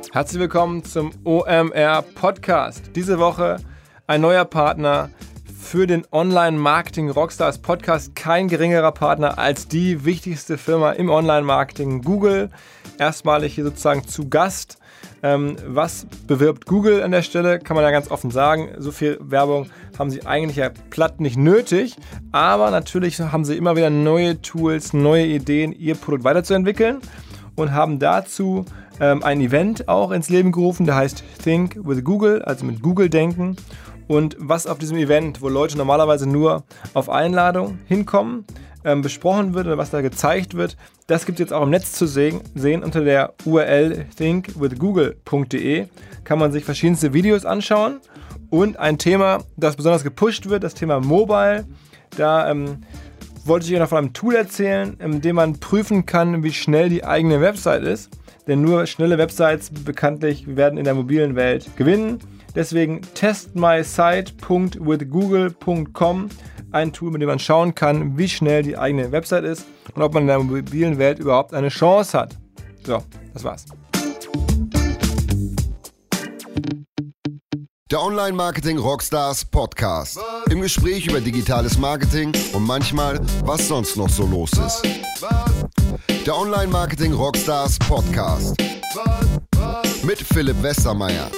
Herzlich willkommen zum OMR Podcast. Diese Woche ein neuer Partner für den Online-Marketing Rockstars Podcast. Kein geringerer Partner als die wichtigste Firma im Online-Marketing, Google. Erstmalig hier sozusagen zu Gast. Was bewirbt Google an der Stelle? Kann man ja ganz offen sagen. So viel Werbung haben sie eigentlich ja platt nicht nötig. Aber natürlich haben sie immer wieder neue Tools, neue Ideen, ihr Produkt weiterzuentwickeln. Und haben dazu ein Event auch ins Leben gerufen, der heißt Think with Google, also mit Google denken. Und was auf diesem Event, wo Leute normalerweise nur auf Einladung hinkommen, besprochen wird oder was da gezeigt wird, das gibt es jetzt auch im Netz zu sehen. Unter der URL thinkwithgoogle.de kann man sich verschiedenste Videos anschauen. Und ein Thema, das besonders gepusht wird, das Thema Mobile, da wollte ich euch noch von einem Tool erzählen, in dem man prüfen kann, wie schnell die eigene Website ist. Denn nur schnelle Websites bekanntlich werden in der mobilen Welt gewinnen. Deswegen testmysite.withgoogle.com, ein Tool, mit dem man schauen kann, wie schnell die eigene Website ist und ob man in der mobilen Welt überhaupt eine Chance hat. So, das war's. Der Online-Marketing Rockstars Podcast. Im Gespräch über digitales Marketing und manchmal, was sonst noch so los ist. Der Online-Marketing Rockstars Podcast. Mit Philipp Westermeier.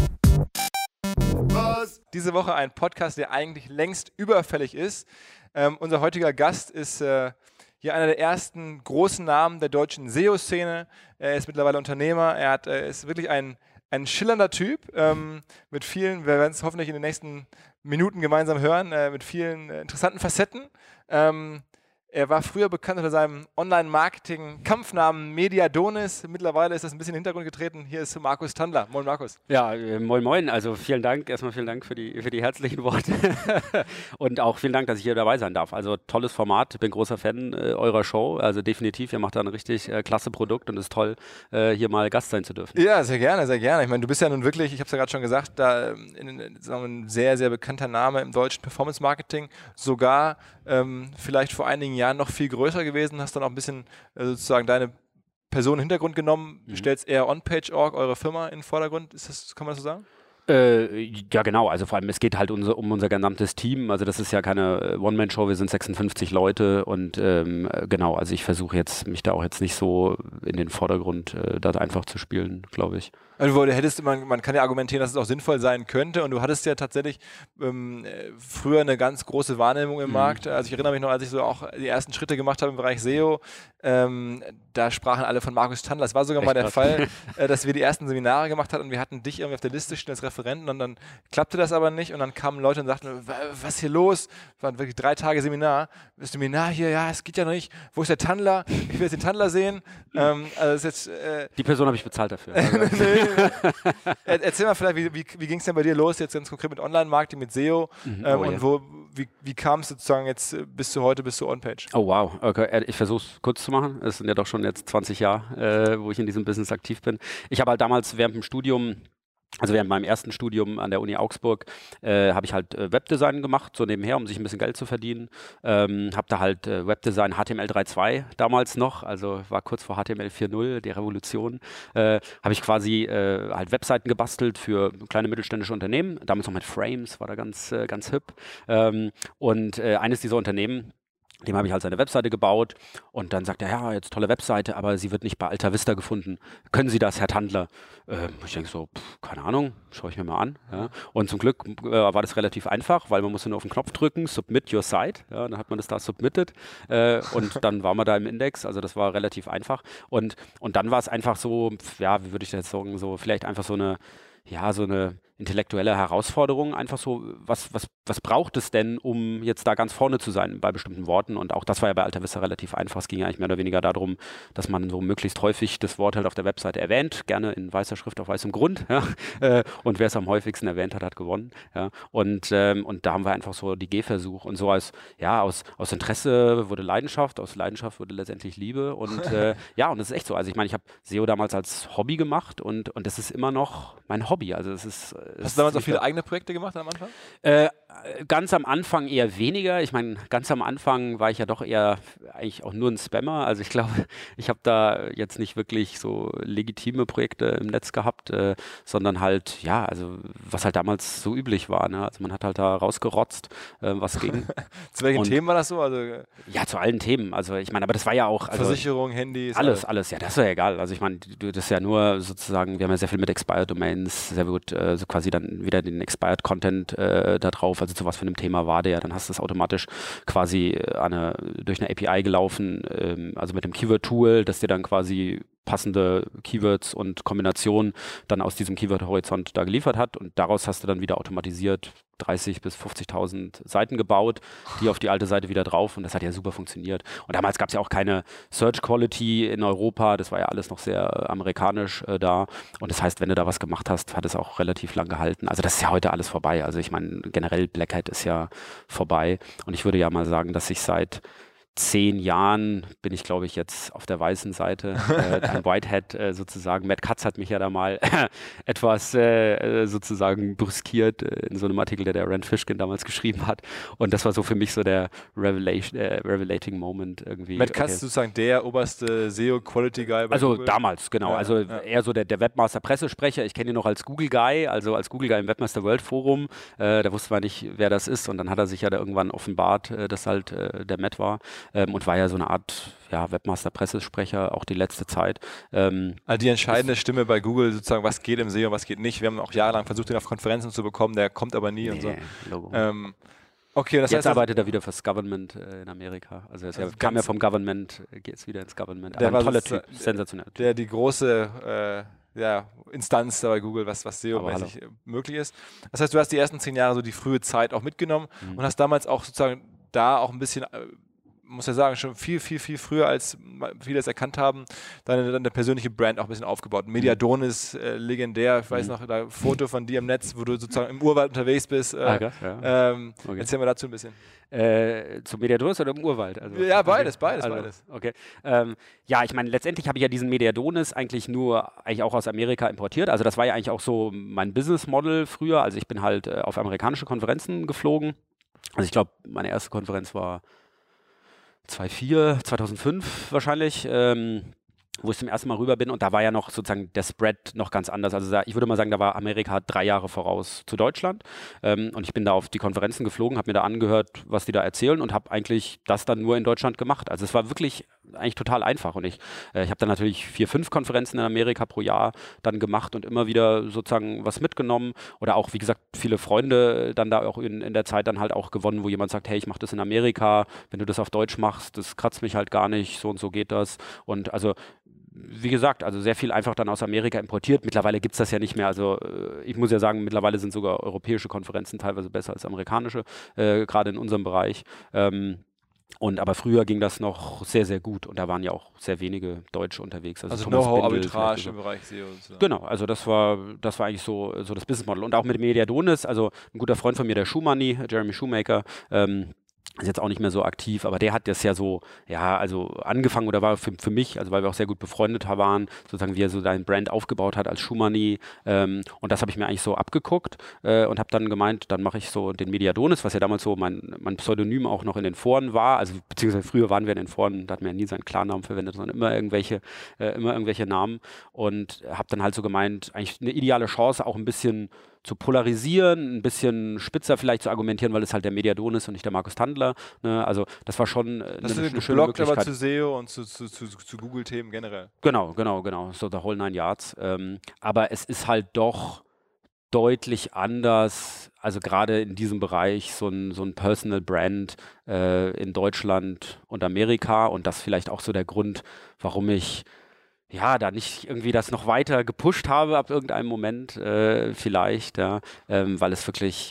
Diese Woche ein Podcast, der eigentlich längst überfällig ist. Unser heutiger Gast ist hier einer der ersten großen Namen der deutschen SEO-Szene. Er ist mittlerweile Unternehmer. Er ist wirklich ein schillernder Typ mit vielen, wir werden es hoffentlich in den nächsten Minuten gemeinsam hören, mit vielen interessanten Facetten. Er war früher bekannt unter seinem Online-Marketing-Kampfnamen Mediadonis. Mittlerweile ist das ein bisschen in den Hintergrund getreten. Hier ist Markus Tandler. Moin Markus. Ja, moin moin. Also vielen Dank. Erstmal vielen Dank für die herzlichen Worte. Und auch vielen Dank, dass ich hier dabei sein darf. Also tolles Format. Ich bin großer Fan eurer Show. Also definitiv, ihr macht da ein richtig klasse Produkt und es ist toll, hier mal Gast sein zu dürfen. Ja, sehr gerne, sehr gerne. Ich meine, du bist ja nun wirklich, ich habe es ja gerade schon gesagt, da ein sehr, sehr bekannter Name im deutschen Performance-Marketing. Sogar vielleicht vor einigen Jahren noch viel größer gewesen, hast dann auch ein bisschen sozusagen deine Person in den Hintergrund genommen, stellst eher OnPage.org, eure Firma in den Vordergrund. Kann man das so sagen? Ja, genau. Also vor allem, es geht halt um unser gesamtes Team. Also das ist ja keine One-Man-Show, wir sind 56 Leute und genau, also ich versuche jetzt, mich da auch jetzt nicht so in den Vordergrund da einfach zu spielen, glaube ich. Also man kann ja argumentieren, dass es auch sinnvoll sein könnte und du hattest ja tatsächlich früher eine ganz große Wahrnehmung im Markt. Also ich erinnere mich noch, als ich so auch die ersten Schritte gemacht habe im Bereich SEO, da sprachen alle von Markus Tandler. Es war sogar mal der Fall, dass wir die ersten Seminare gemacht hatten und wir hatten dich irgendwie auf der Liste stehen als Referenten und dann klappte das aber nicht und dann kamen Leute und sagten, was ist hier los? Es waren wirklich 3 Tage Seminar. Das Seminar hier, ja, es geht ja noch nicht. Wo ist der Tandler? Ich will jetzt den Tandler sehen. Also das ist jetzt, die Person habe ich bezahlt dafür. Also. Nee. Erzähl mal vielleicht, wie ging es denn bei dir los, jetzt ganz konkret mit Online-Marketing, mit SEO und wie kam es sozusagen jetzt bis zu heute, bis zu OnPage? Oh wow, okay. Ich versuche es kurz zu machen. Es sind ja doch schon jetzt 20 Jahre, wo ich in diesem Business aktiv bin. Ich habe halt damals während dem Studium, also während meinem ersten Studium an der Uni Augsburg, habe ich halt Webdesign gemacht, so nebenher, um sich ein bisschen Geld zu verdienen. Habe da halt Webdesign HTML 3.2 damals noch, also war kurz vor HTML 4.0, die Revolution. Habe ich quasi halt Webseiten gebastelt für kleine mittelständische Unternehmen, damals noch mit Frames, war da ganz hip. Und eines dieser Unternehmen, dem habe ich halt seine Webseite gebaut und dann sagt er, ja, jetzt tolle Webseite, aber sie wird nicht bei Alta Vista gefunden. Können Sie das, Herr Tandler? Ich denke so, keine Ahnung, schaue ich mir mal an. Ja. Und zum Glück war das relativ einfach, weil man musste nur auf den Knopf drücken, Submit Your Site. Ja, dann hat man das da submitted und dann war man da im Index. Also das war relativ einfach. Und dann war es einfach so, ja, wie würde ich das jetzt sagen, so vielleicht einfach so eine intellektuelle Herausforderung, einfach so, was braucht es denn, um jetzt da ganz vorne zu sein bei bestimmten Worten? Und auch das war ja bei Alta Vista relativ einfach. Es ging ja eigentlich mehr oder weniger darum, dass man so möglichst häufig das Wort halt auf der Webseite erwähnt, gerne in weißer Schrift auf weißem Grund. Ja? Und wer es am häufigsten erwähnt hat, hat gewonnen. Ja? Und da haben wir einfach so die Gehversuch. Und so aus Interesse wurde Leidenschaft, aus Leidenschaft wurde letztendlich Liebe. Und ja, und das ist echt so. Also ich meine, ich habe SEO damals als Hobby gemacht und das ist immer noch mein Hobby. Also es ist Hast du damals auch viele eigene Projekte gemacht am Anfang? Ganz am Anfang eher weniger. Ich meine, ganz am Anfang war ich ja doch eher eigentlich auch nur ein Spammer. Also ich glaube, ich habe da jetzt nicht wirklich so legitime Projekte im Netz gehabt, sondern halt, ja, also was halt damals so üblich war. Ne? Also man hat halt da rausgerotzt, was ging. Zu welchen Themen war das so? Also, ja, zu allen Themen. Also ich meine, aber das war ja auch... Also, Versicherung, Handys? Alles. Ja, das ist ja egal. Also ich meine, das ist ja nur sozusagen, wir haben ja sehr viel mit Expired Domains, sehr gut, so quasi dann wieder den Expired Content da drauf, also zu was für einem Thema war der, dann hast du es automatisch quasi durch eine API gelaufen, also mit dem Keyword-Tool, das dir dann quasi passende Keywords und Kombinationen dann aus diesem Keyword-Horizont da geliefert hat und daraus hast du dann wieder automatisiert 30.000 bis 50.000 Seiten gebaut, die auf die alte Seite wieder drauf und das hat ja super funktioniert. Und damals gab es ja auch keine Search Quality in Europa, das war ja alles noch sehr amerikanisch da und das heißt, wenn du da was gemacht hast, hat es auch relativ lang gehalten. Also das ist ja heute alles vorbei. Also ich meine, generell Black Hat ist ja vorbei und ich würde ja mal sagen, dass ich seit 10 Jahren bin ich, glaube ich, jetzt auf der weißen Seite, ein White Hat sozusagen. Matt Cutts hat mich ja da mal etwas sozusagen brüskiert in so einem Artikel, der Rand Fishkin damals geschrieben hat. Und das war so für mich so der revelating Moment irgendwie. Matt Cutts ist sozusagen der oberste SEO-Quality-Guy bei Also Google. damals, genau. Also eher so der Webmaster-Pressesprecher. Ich kenne ihn noch als Google-Guy, also als Google-Guy im Webmaster World Forum. Da wusste man nicht, wer das ist. Und dann hat er sich ja da irgendwann offenbart, dass halt der Matt war. Und war ja so eine Art Webmaster-Pressesprecher, auch die letzte Zeit. Also die entscheidende Stimme bei Google, sozusagen, was geht im SEO, was geht nicht. Wir haben auch jahrelang versucht, ihn auf Konferenzen zu bekommen, der kommt aber nie und so. Logo. Okay, das Jetzt heißt, arbeitet er wieder fürs Government in Amerika. Also er kam ja vom Government, geht es wieder ins Government. Der ein toller Typ, sensationell. Der die große Instanz da bei Google, was SEO-mäßig möglich ist. Das heißt, du hast die ersten 10 Jahre so die frühe Zeit auch mitgenommen und hast damals auch sozusagen da auch ein bisschen muss ja sagen, schon viel früher, als viele es erkannt haben, deine persönliche Brand auch ein bisschen aufgebaut. Mediadonis, legendär, ich weiß noch, da ein Foto von dir im Netz, wo du sozusagen im Urwald unterwegs bist. Okay. Erzähl mal dazu ein bisschen. Zum Mediadonis oder im Urwald? Also, ja, beides. Okay. Ja, ich meine, letztendlich habe ich ja diesen Mediadonis eigentlich auch aus Amerika importiert. Also das war ja eigentlich auch so mein Business Model früher. Also ich bin halt auf amerikanische Konferenzen geflogen. Also ich glaube, meine erste Konferenz war 2005 wahrscheinlich, wo ich zum ersten Mal rüber bin und da war ja noch sozusagen der Spread noch ganz anders. Also ich würde mal sagen, da war Amerika 3 Jahre voraus zu Deutschland und ich bin da auf die Konferenzen geflogen, habe mir da angehört, was die da erzählen und habe eigentlich das dann nur in Deutschland gemacht. Also es war wirklich eigentlich total einfach und ich habe dann natürlich 4, 5 Konferenzen in Amerika pro Jahr dann gemacht und immer wieder sozusagen was mitgenommen oder auch, wie gesagt, viele Freunde dann da auch in der Zeit dann halt auch gewonnen, wo jemand sagt, hey, ich mache das in Amerika, wenn du das auf Deutsch machst, das kratzt mich halt gar nicht, so und so geht das und also wie gesagt, also sehr viel einfach dann aus Amerika importiert. Mittlerweile gibt es das ja nicht mehr. Also ich muss ja sagen, mittlerweile sind sogar europäische Konferenzen teilweise besser als amerikanische, gerade in unserem Bereich. Aber früher ging das noch sehr, sehr gut und da waren ja auch sehr wenige Deutsche unterwegs. Also Know-how-Arbitrage im Bereich SEO. So. Genau, also das war eigentlich so das Business Model. Und auch mit Mediadonis, also ein guter Freund von mir, der Shoemoney, Jeremy Shoemaker, ist jetzt auch nicht mehr so aktiv, aber der hat das ja so, also angefangen oder war für mich, also weil wir auch sehr gut befreundet waren, sozusagen wie er so seinen Brand aufgebaut hat als Shoemoney und das habe ich mir eigentlich so abgeguckt und habe dann gemeint, dann mache ich so den Mediadonis, was ja damals so mein Pseudonym auch noch in den Foren war, also beziehungsweise früher waren wir in den Foren, da hat man ja nie seinen Klarnamen verwendet, sondern immer irgendwelche Namen und habe dann halt so gemeint, eigentlich eine ideale Chance, auch ein bisschen zu polarisieren, ein bisschen spitzer vielleicht zu argumentieren, weil es halt der Mediadonis ist und nicht der Markus Tandler. Ne? Also das war schon eine schöne Möglichkeit. Aber zu SEO und zu Google-Themen generell. Genau. So the whole 9 yards. Aber es ist halt doch deutlich anders, also gerade in diesem Bereich so ein Personal Brand in Deutschland und Amerika und das vielleicht auch so der Grund, warum ich da nicht irgendwie das noch weiter gepusht habe ab irgendeinem Moment vielleicht, weil es wirklich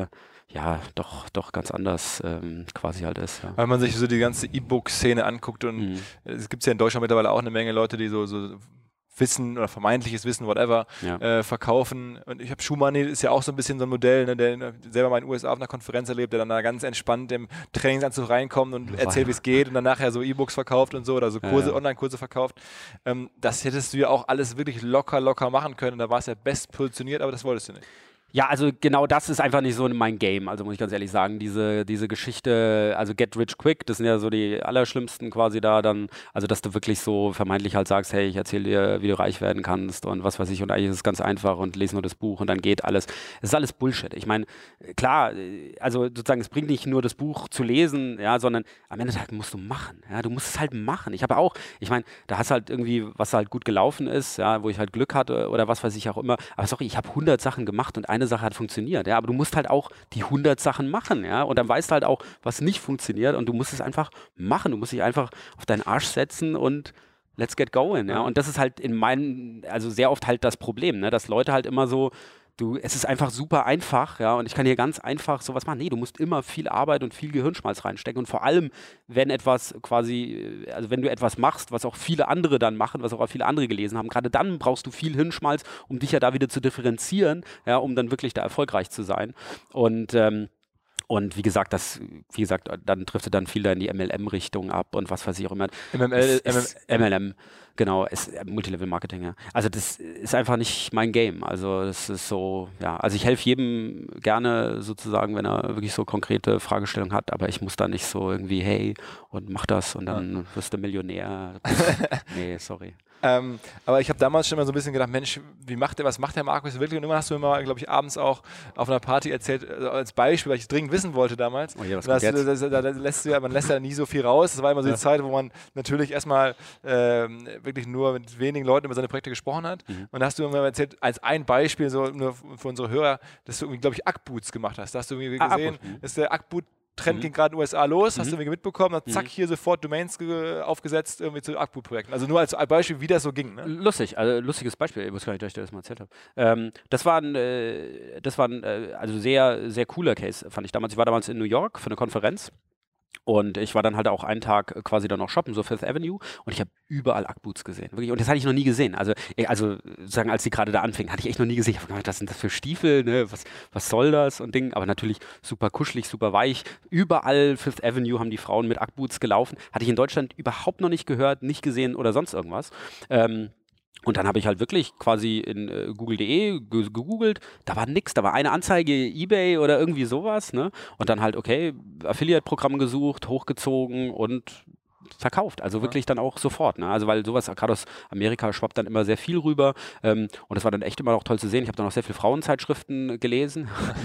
doch ganz anders quasi halt ist. Ja. Weil man sich so die ganze E-Book-Szene anguckt und es gibt ja in Deutschland mittlerweile auch eine Menge Leute, die so Wissen oder vermeintliches Wissen, whatever, verkaufen. Und ich habe Shoemoney, ist ja auch so ein bisschen so ein Modell, ne, der selber mal in den USA auf einer Konferenz erlebt, der dann da ganz entspannt im Trainingsanzug reinkommt und erzählt, wie es geht und dann nachher so E-Books verkauft und so oder so Kurse, Online-Kurse verkauft. Das hättest du ja auch alles wirklich locker machen können und da war es ja best positioniert, aber das wolltest du nicht. Ja, also genau das ist einfach nicht so mein Game, also muss ich ganz ehrlich sagen, diese Geschichte, also Get Rich Quick, das sind ja so die allerschlimmsten quasi da dann, also dass du wirklich so vermeintlich halt sagst, hey, ich erzähle dir, wie du reich werden kannst und was weiß ich und eigentlich ist es ganz einfach und lese nur das Buch und dann geht alles. Es ist alles Bullshit. Ich meine, klar, also sozusagen, es bringt nicht nur das Buch zu lesen, ja, sondern am Ende des Tages musst du machen, ja, du musst es halt machen. Ich habe auch, ich meine, da hast du halt irgendwie, was halt gut gelaufen ist, ja, wo ich halt Glück hatte oder was weiß ich auch immer, aber sorry, ich habe 100 Sachen gemacht und eine Sache hat funktioniert, ja, aber du musst halt auch die 100 Sachen machen, ja, und dann weißt du halt auch, was nicht funktioniert und du musst es einfach machen, du musst dich einfach auf deinen Arsch setzen und let's get going, ja, und das ist halt in meinen, also sehr oft halt das Problem, ne, dass Leute halt immer so, es ist einfach super einfach, ja, und ich kann hier ganz einfach sowas machen. Nee, du musst immer viel Arbeit und viel Gehirnschmalz reinstecken und vor allem, wenn etwas quasi, also wenn du etwas machst, was auch viele andere dann machen, was auch viele andere gelesen haben, gerade dann brauchst du viel Hirnschmalz, um dich ja da wieder zu differenzieren, ja, um dann wirklich da erfolgreich zu sein und wie gesagt, dann trifft er dann viel da in die MLM-Richtung ab und was weiß ich auch immer. MLM, genau, Multilevel-Marketing, ja. Also das ist einfach nicht mein Game. Also das ist so, ja, also ich helfe jedem gerne sozusagen, wenn er wirklich so konkrete Fragestellungen hat, aber ich muss da nicht so irgendwie, hey, und mach das und dann wirst du Millionär. Nee, sorry. Aber ich habe damals schon mal so ein bisschen gedacht, Mensch, was macht der Markus wirklich? Und immer hast du immer, glaube ich, abends auch auf einer Party erzählt, als Beispiel, weil ich es dringend wissen wollte damals. Oh je, was kommt jetzt? Man lässt ja nie so viel raus. Das war immer so die Zeit, wo man natürlich erstmal wirklich nur mit wenigen Leuten über seine Projekte gesprochen hat. Und da hast du immer erzählt, als ein Beispiel, so nur für unsere Hörer, dass du irgendwie, glaube ich, Ackboots gemacht hast. Da hast du irgendwie gesehen, dass der Ackboot Trend ging gerade in den USA los, hast du irgendwie mitbekommen, dann zack, hier sofort Domains aufgesetzt irgendwie zu Ackboot-Projekten. Also nur als Beispiel, wie das so ging. Ne? Lustig, also lustiges Beispiel, ich wusste gar nicht, dass ich dir das mal erzählt habe. Das war ein also sehr, sehr cooler Case, fand ich damals. Ich war damals in New York für eine Konferenz. Und ich war dann halt auch einen Tag quasi dann noch shoppen, so Fifth Avenue, und ich habe überall Ackboots gesehen. Wirklich. Und das hatte ich noch nie gesehen. Also sozusagen, als die gerade da anfingen, hatte ich echt noch nie gesehen. Ich habe gedacht, was sind das für Stiefel, ne? Was soll das und Ding? Aber natürlich super kuschelig, super weich. Überall Fifth Avenue haben die Frauen mit Ackboots gelaufen. Hatte ich in Deutschland überhaupt noch nicht gehört, nicht gesehen oder sonst irgendwas. Und dann habe ich halt wirklich quasi in google.de gegoogelt, da war nix, da war eine Anzeige, eBay oder irgendwie sowas, ne? Und dann halt, okay, Affiliate-Programm gesucht, hochgezogen und verkauft, also wirklich dann auch sofort, ne? Also weil sowas, gerade aus Amerika schwappt dann immer sehr viel rüber und das war dann echt immer auch toll zu sehen. Ich habe dann auch sehr viele Frauenzeitschriften gelesen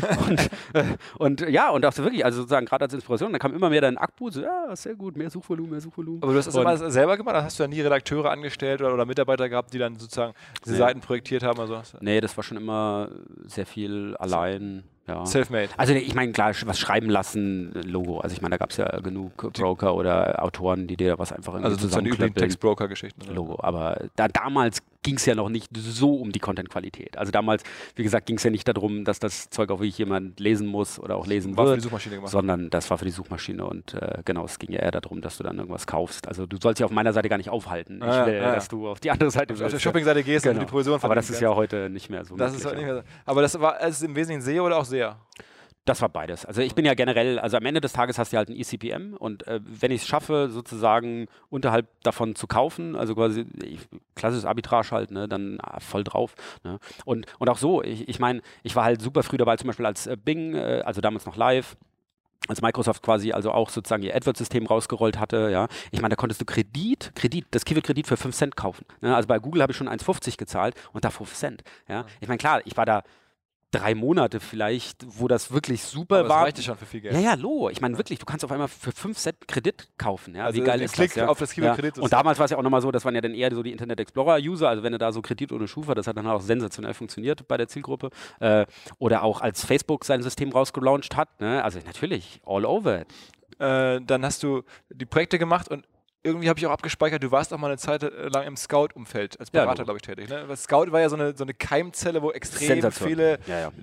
und ja, und dachte wirklich, also sozusagen gerade als Inspiration, da kam immer mehr dann Ackboot, so, ja, sehr gut, mehr Suchvolumen. Aber du hast das immer selber gemacht, hast du ja nie Redakteure angestellt oder Mitarbeiter gehabt, die dann sozusagen diese Seiten projektiert haben? Also? Nee, das war schon immer sehr viel allein. Ja. Selfmade. Also ich meine, klar, was schreiben lassen, Logo. Also ich meine, da gab es ja genug Broker oder Autoren, die dir was einfach irgendwie also sozusagen die üblichen Text-Broker-Geschichten. Logo. Aber damals ging es ja noch nicht so um die Content-Qualität. Also damals, wie gesagt, ging es ja nicht darum, dass das Zeug auch wirklich jemand lesen muss oder auch lesen wird, für die Suchmaschine gemacht. Sondern das war für die Suchmaschine und genau, es ging ja eher darum, dass du dann irgendwas kaufst. Also du sollst dich auf meiner Seite gar nicht aufhalten. Ich will, dass du auf die andere Seite auf der Shopping-Seite gehst und die Provision verdienst. Aber das ist ja heute nicht mehr so. Das ist heute nicht mehr so. Aber das war also im Wesentlichen SEO oder auch SEA? Das war beides. Also ich bin ja generell, also am Ende des Tages hast du halt ein eCPM und wenn ich es schaffe, sozusagen unterhalb davon zu kaufen, also quasi klassisches Arbitrage halt, ne, dann voll drauf. Ne? Und auch so, ich meine, ich war halt super früh dabei, zum Beispiel als Bing, also damals noch live, als Microsoft quasi also auch sozusagen ihr AdWords-System rausgerollt hatte, ja. Ich meine, da konntest du das Keyword-Kredit für 5 Cent kaufen. Ne? Also bei Google habe ich schon 1,50 gezahlt und da 5 Cent. Ja? Ich meine, klar, ich war da 3 Monate vielleicht, wo das wirklich super aber war. Das reicht schon für viel Geld. Ja, ich meine wirklich, du kannst auf einmal für 5 Cent Kredit kaufen. Ja? Also wie geil ist Klick das? Ja? auf das Keyword-Kredit. Und damals war es ja auch nochmal so, das waren ja dann eher so die Internet Explorer-User, also wenn du da so Kredit ohne Schufa, das hat dann auch sensationell funktioniert bei der Zielgruppe. Oder auch als Facebook sein System rausgelauncht hat. Ne? Also natürlich, all over it. Dann hast du die Projekte gemacht und irgendwie habe ich auch abgespeichert, du warst auch mal eine Zeit lang im Scout-Umfeld als Berater, glaube ich, tätig. Ne? Weil Scout war ja so eine Keimzelle, wo extrem viele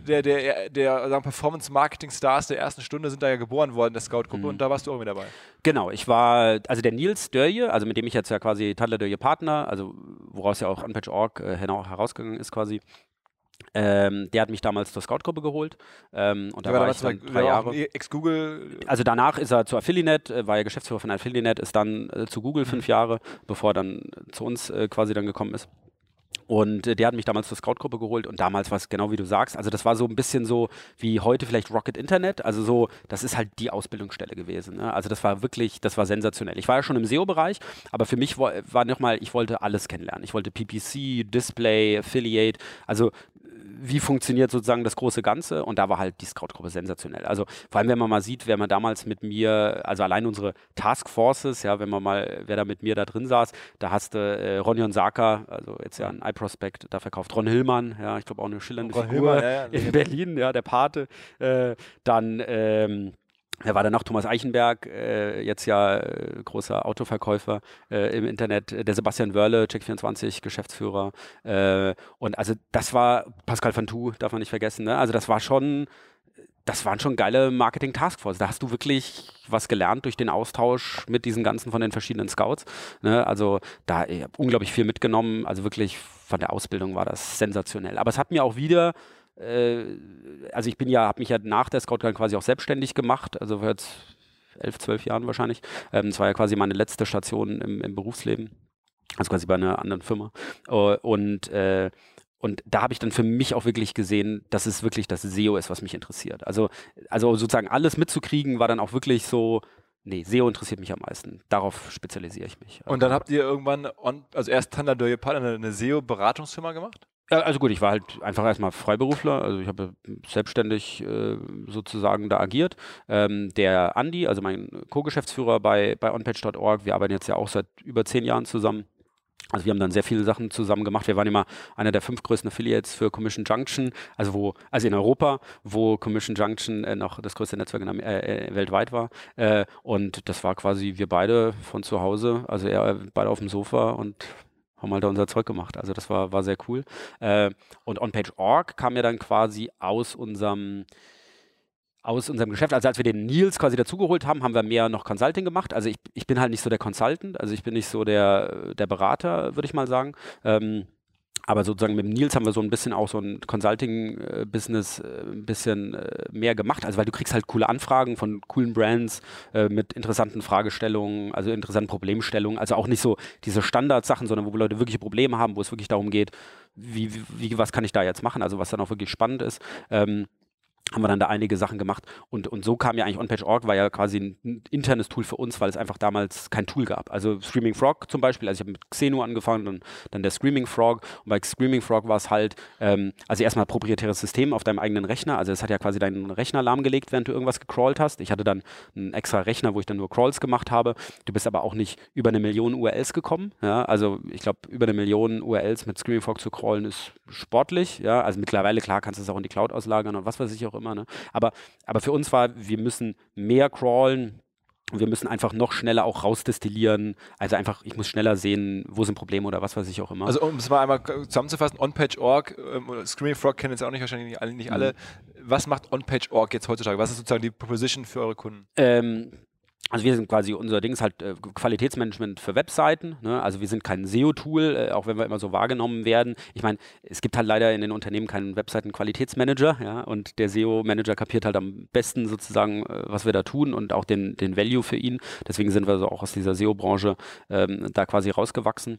der Performance-Marketing-Stars der ersten Stunde sind da ja geboren worden, der Scout-Gruppe, und da warst du auch mit dabei. Genau, ich war, also der Nils Dörje, also mit dem ich jetzt ja quasi Tadler Dörje Partner, also woraus ja auch Unpatch.org herausgegangen ist quasi, der hat mich damals zur Scout-Gruppe geholt und da war ich dann 3 Jahre. Ex-Google. Also danach ist er zu Affiliate, war ja Geschäftsführer von Affiliate, ist dann zu Google 5 Jahre, bevor er dann zu uns quasi dann gekommen ist. Und der hat mich damals zur Scout-Gruppe geholt und damals war es genau wie du sagst, also das war so ein bisschen so wie heute vielleicht Rocket Internet, also so, das ist halt die Ausbildungsstelle gewesen, ne? Also das war sensationell. Ich war ja schon im SEO-Bereich, aber für mich war nochmal, ich wollte alles kennenlernen. Ich wollte PPC, Display, Affiliate, also wie funktioniert sozusagen das große Ganze, und da war halt die Scout-Gruppe sensationell. Also vor allem, wenn man mal sieht, wer man damals mit mir, also allein unsere Taskforces, ja, wer da mit mir da drin saß, da hast du Ronjon Saka, also jetzt ja ein iProspect, da verkauft Ron Hillmann, ja, ich glaube auch eine schillernde Figur in Berlin, ja, der Pate, wer war danach? Thomas Eichenberg, jetzt ja großer Autoverkäufer im Internet. Der Sebastian Wörle, Check24, Geschäftsführer. Und also das war Pascal Fantou, darf man nicht vergessen. Ne? Also das waren schon geile Marketing-Taskforce. Da hast du wirklich was gelernt durch den Austausch mit diesen ganzen von den verschiedenen Scouts. Ne? Also da ich habe unglaublich viel mitgenommen. Also wirklich von der Ausbildung war das sensationell. Aber es hat mir auch wieder also habe mich ja nach der Scout quasi auch selbstständig gemacht, also vor jetzt 11, 12 Jahren wahrscheinlich. Das war ja quasi meine letzte Station im Berufsleben, also quasi bei einer anderen Firma. Und da habe ich dann für mich auch wirklich gesehen, dass es wirklich das SEO ist, was mich interessiert. Also sozusagen alles mitzukriegen war dann auch wirklich so, nee, SEO interessiert mich am meisten. Darauf spezialisiere ich mich. Und dann habt ihr irgendwann, erst Thunder Door Your Partner, eine SEO-Beratungsfirma gemacht? Ja, also gut, ich war halt einfach erstmal Freiberufler, also ich habe selbstständig sozusagen da agiert. Der Andi, also mein Co-Geschäftsführer bei onpage.org, wir arbeiten jetzt ja auch seit über 10 Jahren zusammen. Also wir haben dann sehr viele Sachen zusammen gemacht. Wir waren immer einer der 5 größten Affiliates für Commission Junction, also in Europa, wo Commission Junction noch das größte Netzwerk weltweit war. Und das war quasi wir beide von zu Hause, also er beide auf dem Sofa und haben halt da unser Zeug gemacht. Also das war sehr cool. Und onpage.org kam ja dann quasi aus unserem Geschäft. Also als wir den Nils quasi dazugeholt haben, haben wir mehr noch Consulting gemacht. Also ich bin halt nicht so der Consultant, also ich bin nicht so der Berater, würde ich mal sagen. Aber sozusagen mit dem Nils haben wir so ein bisschen auch so ein Consulting-Business ein bisschen mehr gemacht. Also weil du kriegst halt coole Anfragen von coolen Brands mit interessanten Fragestellungen, also interessanten Problemstellungen. Also auch nicht so diese Standardsachen, sondern wo Leute wirkliche Probleme haben, wo es wirklich darum geht, was kann ich da jetzt machen? Also was dann auch wirklich spannend ist. Haben wir dann da einige Sachen gemacht und so kam ja eigentlich onpage.org, war ja quasi ein internes Tool für uns, weil es einfach damals kein Tool gab. Also Screaming Frog zum Beispiel, also ich habe mit Xenu angefangen und dann der Screaming Frog, und bei Screaming Frog war es halt, also erstmal proprietäres System auf deinem eigenen Rechner, also es hat ja quasi deinen Rechner lahmgelegt, während du irgendwas gecrawlt hast. Ich hatte dann einen extra Rechner, wo ich dann nur Crawls gemacht habe. Du bist aber auch nicht über 1 Million URLs gekommen, ja, also ich glaube über 1 Million URLs mit Screaming Frog zu crawlen ist sportlich, ja, also mittlerweile, klar, kannst du es auch in die Cloud auslagern und was weiß ich auch immer, ne? Aber für uns war, wir müssen mehr crawlen, wir müssen einfach noch schneller auch rausdestillieren, also einfach, ich muss schneller sehen, wo sind Probleme oder was weiß ich auch immer. Also um es mal einmal zusammenzufassen, onpage.org, Screaming Frog kennen jetzt auch wahrscheinlich nicht alle. Was macht onpage.org jetzt heutzutage? Was ist sozusagen die Proposition für eure Kunden? Also wir sind quasi, unser Ding ist halt Qualitätsmanagement für Webseiten, ne? Also wir sind kein SEO-Tool, auch wenn wir immer so wahrgenommen werden. Ich meine, es gibt halt leider in den Unternehmen keinen Webseiten-Qualitätsmanager, ja, und der SEO-Manager kapiert halt am besten sozusagen, was wir da tun und auch den Value für ihn. Deswegen sind wir so auch aus dieser SEO-Branche da quasi rausgewachsen.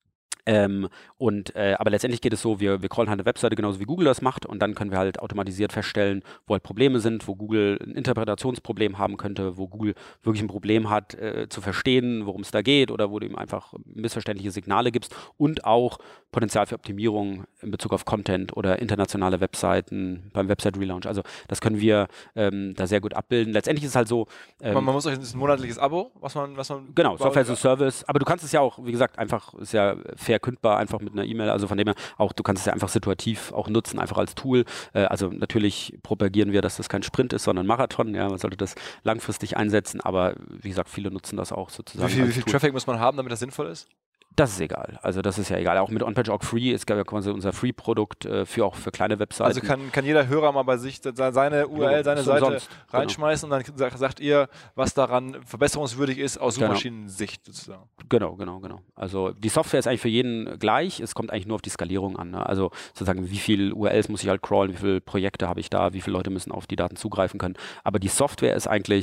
Aber letztendlich geht es so, wir crawlen halt eine Webseite genauso wie Google das macht, und dann können wir halt automatisiert feststellen, wo halt Probleme sind, wo Google ein Interpretationsproblem haben könnte, wo Google wirklich ein Problem hat, zu verstehen, worum es da geht, oder wo du ihm einfach missverständliche Signale gibst, und auch Potenzial für Optimierung in Bezug auf Content oder internationale Webseiten beim Website-Relaunch. Also das können wir da sehr gut abbilden. Letztendlich ist es halt so... man muss euch ein monatliches Abo, was man genau, Software as a Service. Aber du kannst es ja auch, wie gesagt, einfach, ist ja fair kündbar, einfach mit einer E-Mail. Also von dem her auch, du kannst es ja einfach situativ auch nutzen, einfach als Tool. Also natürlich propagieren wir, dass das kein Sprint ist, sondern Marathon. Ja, man sollte das langfristig einsetzen. Aber wie gesagt, viele nutzen das auch sozusagen. Wie viel Traffic muss man haben, damit das sinnvoll ist? Das ist egal. Also das ist ja egal. Auch mit onpage.org Free ist ja quasi unser Free-Produkt auch für kleine Webseiten. Also kann jeder Hörer mal bei sich seine URL, seine Seite reinschmeißen, und dann sagt ihr, was daran verbesserungswürdig ist aus Suchmaschinensicht sozusagen. Genau. Also die Software ist eigentlich für jeden gleich. Es kommt eigentlich nur auf die Skalierung an. Ne? Also sozusagen, wie viele URLs muss ich halt crawlen, wie viele Projekte habe ich da, wie viele Leute müssen auf die Daten zugreifen können. Aber die Software ist eigentlich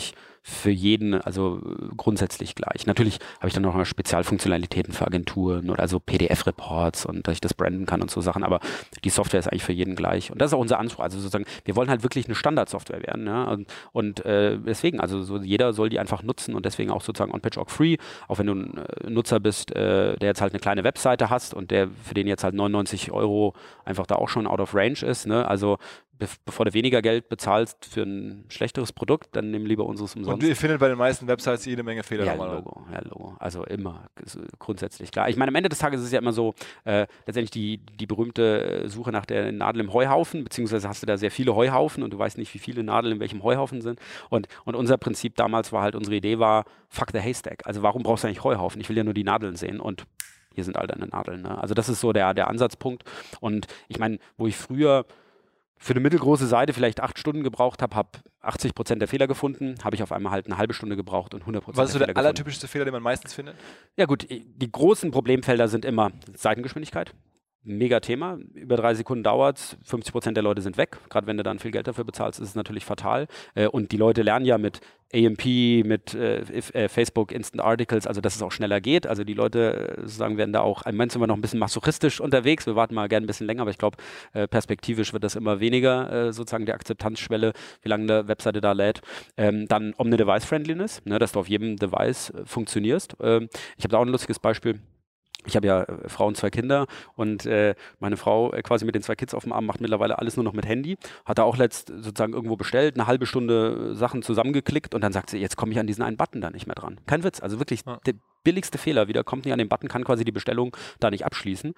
für jeden, also grundsätzlich gleich. Natürlich habe ich dann noch mal Spezialfunktionalitäten für Agenturen oder so PDF-Reports und dass ich das branden kann und so Sachen, aber die Software ist eigentlich für jeden gleich. Und das ist auch unser Anspruch. Also sozusagen, wir wollen halt wirklich eine Standardsoftware werden. Ja? Und deswegen, also so jeder soll die einfach nutzen und deswegen auch sozusagen On-Page Free, auch wenn du ein Nutzer bist, der jetzt halt eine kleine Webseite hast und der für den jetzt halt 99 € einfach da auch schon out of range ist. Ne? Also bevor du weniger Geld bezahlst für ein schlechteres Produkt, dann nimm lieber unseres umsonst. Und ihr findet bei den meisten Websites jede Menge Fehler. Ja, Logo. Also immer grundsätzlich klar. Ich meine, am Ende des Tages ist es ja immer so, letztendlich die berühmte Suche nach der Nadel im Heuhaufen, beziehungsweise hast du da sehr viele Heuhaufen und du weißt nicht, wie viele Nadeln in welchem Heuhaufen sind. Und unser Prinzip damals war halt, unsere Idee war, fuck the haystack. Also warum brauchst du eigentlich Heuhaufen? Ich will ja nur die Nadeln sehen und hier sind all deine Nadeln. Ne? Also das ist so der Ansatzpunkt. Und ich meine, wo ich früher für eine mittelgroße Seite vielleicht 8 Stunden gebraucht habe 80% der Fehler gefunden, habe ich auf einmal halt eine halbe Stunde gebraucht und 100% der Fehler gefunden. Was ist so der allertypischste Fehler, den man meistens findet? Ja gut, die großen Problemfelder sind immer Seitengeschwindigkeit. Mega Thema. Über 3 Sekunden dauert es, 50% der Leute sind weg. Gerade wenn du dann viel Geld dafür bezahlst, ist es natürlich fatal. Und die Leute lernen ja mit AMP, mit Facebook Instant Articles, also dass es auch schneller geht. Also die Leute sozusagen werden da auch, im Moment sind wir noch ein bisschen masochistisch unterwegs. Wir warten mal gerne ein bisschen länger, aber ich glaube, perspektivisch wird das immer weniger, sozusagen die Akzeptanzschwelle, wie lange eine Webseite da lädt. Dann Omni-Device-Friendliness, ne, dass du auf jedem Device funktionierst. Ich habe da auch ein lustiges Beispiel. Ich habe ja Frau und 2 Kinder und meine Frau quasi mit den 2 Kids auf dem Arm macht mittlerweile alles nur noch mit Handy. Hat da auch sozusagen irgendwo bestellt, eine halbe Stunde Sachen zusammengeklickt und dann sagt sie, jetzt komme ich an diesen einen Button da nicht mehr dran. Kein Witz, also wirklich der billigste Fehler wieder, kommt nicht an den Button, kann quasi die Bestellung da nicht abschließen.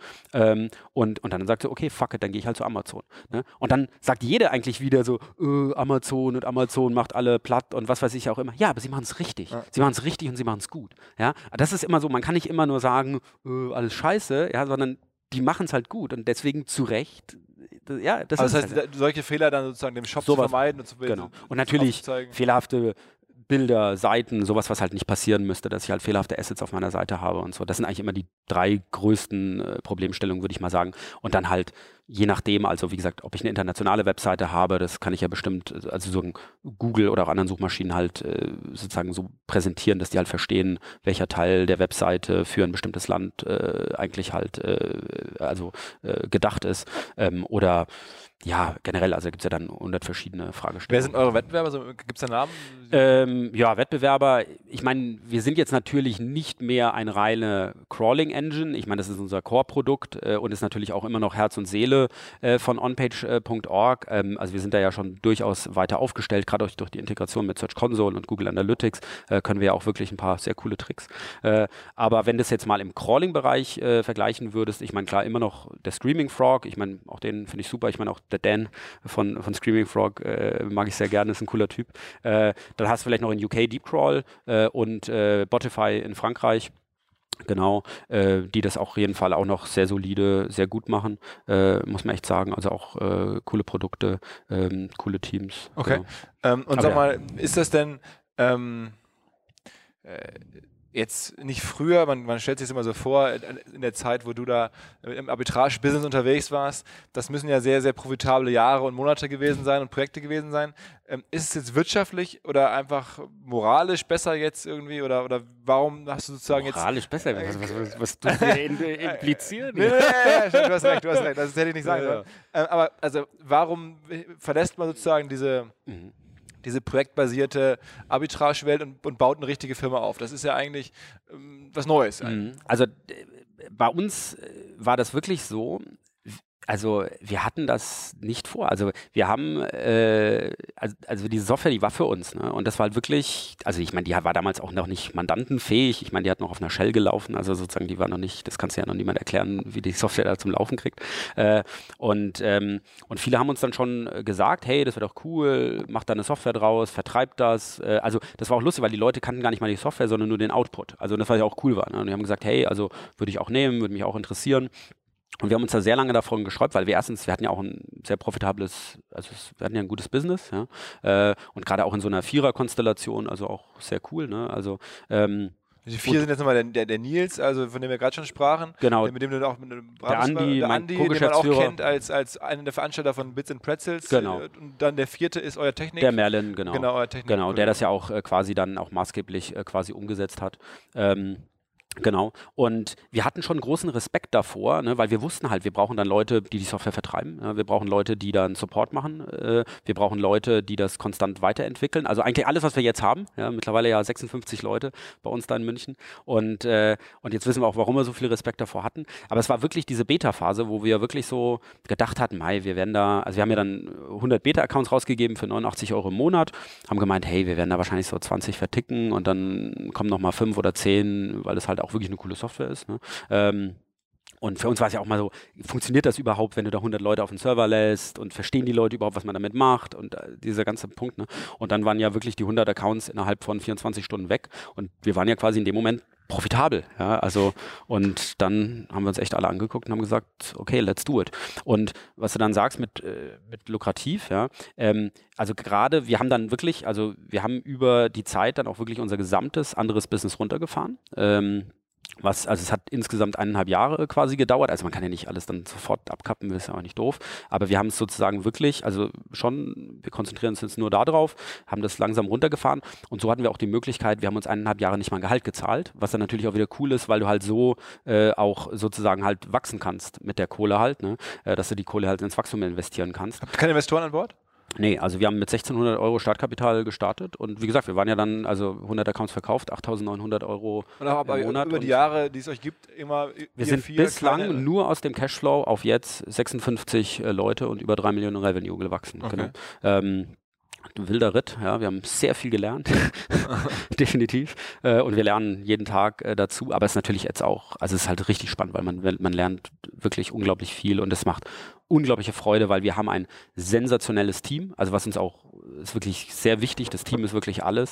Und dann sagt sie, okay, fuck it, dann gehe ich halt zu Amazon. Ne? Und dann sagt jeder eigentlich wieder so, Amazon und Amazon macht alle platt und was weiß ich auch immer. Ja, aber sie machen es richtig. Ja. Sie machen es richtig und sie machen es gut. Ja? Das ist immer so, man kann nicht immer nur sagen, alles scheiße, ja, sondern die machen es halt gut und deswegen zu Recht. Ja, das also ist das heißt, halt. Solche Fehler dann sozusagen dem Shop sowas zu vermeiden. Genau. Und natürlich fehlerhafte Bilder, Seiten, sowas, was halt nicht passieren müsste, dass ich halt fehlerhafte Assets auf meiner Seite habe und so. Das sind eigentlich immer die 3 größten Problemstellungen, würde ich mal sagen. Und dann halt, je nachdem, also wie gesagt, ob ich eine internationale Webseite habe, das kann ich ja bestimmt, also so Google oder auch anderen Suchmaschinen halt sozusagen so präsentieren, dass die halt verstehen, welcher Teil der Webseite für ein bestimmtes Land eigentlich halt gedacht ist. Oder ja, generell, also gibt es ja dann 100 verschiedene Fragestellungen. Wer sind eure Wettbewerber? Gibt es da Namen? Ja, Wettbewerber. Ich meine, wir sind jetzt natürlich nicht mehr eine reine Crawling-Engine. Ich meine, das ist unser Core-Produkt und ist natürlich auch immer noch Herz und Seele von onpage.org. Also wir sind da ja schon durchaus weiter aufgestellt, gerade durch die Integration mit Search Console und Google Analytics können wir ja auch wirklich ein paar sehr coole Tricks. Aber wenn du es jetzt mal im Crawling-Bereich vergleichen würdest, ich meine, klar, immer noch der Screaming Frog. Ich meine, auch den finde ich super. Ich meine, auch der Dan von Screaming Frog mag ich sehr gerne, ist ein cooler Typ. Dann hast du vielleicht noch in UK Deepcrawl und Botify in Frankreich. Genau, die das auch auf jeden Fall auch noch sehr solide, sehr gut machen, muss man echt sagen. Also auch coole Produkte, coole Teams. Okay. Und aber sag mal, ist das denn jetzt nicht früher, man stellt sich das immer so vor, in der Zeit, wo du da im Arbitrage-Business unterwegs warst, das müssen ja sehr, sehr profitable Jahre und Monate gewesen sein und Projekte gewesen sein. Ist es jetzt wirtschaftlich oder einfach moralisch besser jetzt irgendwie oder warum hast du sozusagen moralisch besser? Was du implizieren? Nee, du hast recht, das hätte ich nicht sagen sollen. Aber also warum verlässt man sozusagen diese projektbasierte Arbitrage-Welt und baut eine richtige Firma auf? Das ist ja eigentlich was Neues. Also bei uns war das wirklich so, also wir hatten das nicht vor. Also wir haben, also diese Software, die war für uns. Ne? Und das war halt wirklich, also ich meine, die war damals auch noch nicht mandantenfähig. Ich meine, die hat noch auf einer Shell gelaufen. Also sozusagen, die war noch nicht, das kannst du ja noch niemand erklären, wie die Software da zum Laufen kriegt. Und viele haben uns dann schon gesagt, hey, das wäre doch cool, mach da eine Software draus, vertreibt das. Also das war auch lustig, weil die Leute kannten gar nicht mal die Software, sondern nur den Output. Also das, was ja auch cool war. Ne? Und die haben gesagt, hey, also würde ich auch nehmen, würde mich auch interessieren. Und wir haben uns da sehr lange davon gesträubt, weil wir hatten ja auch ein sehr profitables, also wir hatten ja ein gutes Business, ja, und gerade auch in so einer Vierer-Konstellation, also auch sehr cool, ne, also Die 4 sind jetzt nochmal der Nils, also von dem wir gerade schon sprachen. Genau. Mit dem du auch mit der Andi, den man auch kennt als einen der Veranstalter von Bits and Pretzels. Genau. Und dann der 4. ist euer Technik. Der Merlin, genau. Genau, euer Technik. Genau, der das ja auch quasi dann auch maßgeblich quasi umgesetzt hat. Genau. Und wir hatten schon großen Respekt davor, ne, weil wir wussten halt, wir brauchen dann Leute, die Software vertreiben. Ja, wir brauchen Leute, die dann Support machen. Wir brauchen Leute, die das konstant weiterentwickeln. Also eigentlich alles, was wir jetzt haben. Ja, mittlerweile ja 56 Leute bei uns da in München. Und jetzt wissen wir auch, warum wir so viel Respekt davor hatten. Aber es war wirklich diese Beta-Phase, wo wir wirklich so gedacht hatten, wir werden da, also wir haben ja dann 100 Beta-Accounts rausgegeben für 89 € im Monat, haben gemeint, hey, wir werden da wahrscheinlich so 20 verticken und dann kommen nochmal 5 oder 10, weil das halt auch wirklich eine coole Software ist. Ne? Und für uns war es ja auch mal so, funktioniert das überhaupt, wenn du da 100 Leute auf den Server lässt und verstehen die Leute überhaupt, was man damit macht und dieser ganze Punkt. Ne? Und dann waren ja wirklich die 100 Accounts innerhalb von 24 Stunden weg und wir waren ja quasi in dem Moment profitabel, ja, also und dann haben wir uns echt alle angeguckt und haben gesagt, okay, let's do it. Und was du dann sagst mit lukrativ, ja, also gerade, wir haben dann wirklich, also wir haben über die Zeit dann auch wirklich unser gesamtes anderes Business runtergefahren, also es hat insgesamt 1,5 Jahre quasi gedauert, also man kann ja nicht alles dann sofort abkappen, ist ja auch nicht doof, aber wir haben es sozusagen wirklich, also schon, wir konzentrieren uns jetzt nur darauf, haben das langsam runtergefahren und so hatten wir auch die Möglichkeit, wir haben uns 1,5 Jahre nicht mal ein Gehalt gezahlt, was dann natürlich auch wieder cool ist, weil du halt so auch sozusagen halt wachsen kannst mit der Kohle halt, ne? Dass du die Kohle halt ins Wachstum investieren kannst. Habt ihr keine Investoren an Bord? Nee, also wir haben mit 1.600 € Startkapital gestartet und wie gesagt, wir waren ja dann, also 100 Accounts verkauft, 8.900 € im Monat. Über die Jahre, die es euch gibt, immer wir sind bislang nur aus dem Cashflow auf jetzt 56 Leute und über 3 Millionen Revenue gewachsen. Okay. Genau. Ein wilder Ritt, ja, wir haben sehr viel gelernt, definitiv, und wir lernen jeden Tag dazu, aber es ist natürlich jetzt auch, also es ist halt richtig spannend, weil man lernt wirklich unglaublich viel und es macht unglaubliche Freude, weil wir haben ein sensationelles Team, also was uns auch ist wirklich sehr wichtig, das Team ist wirklich alles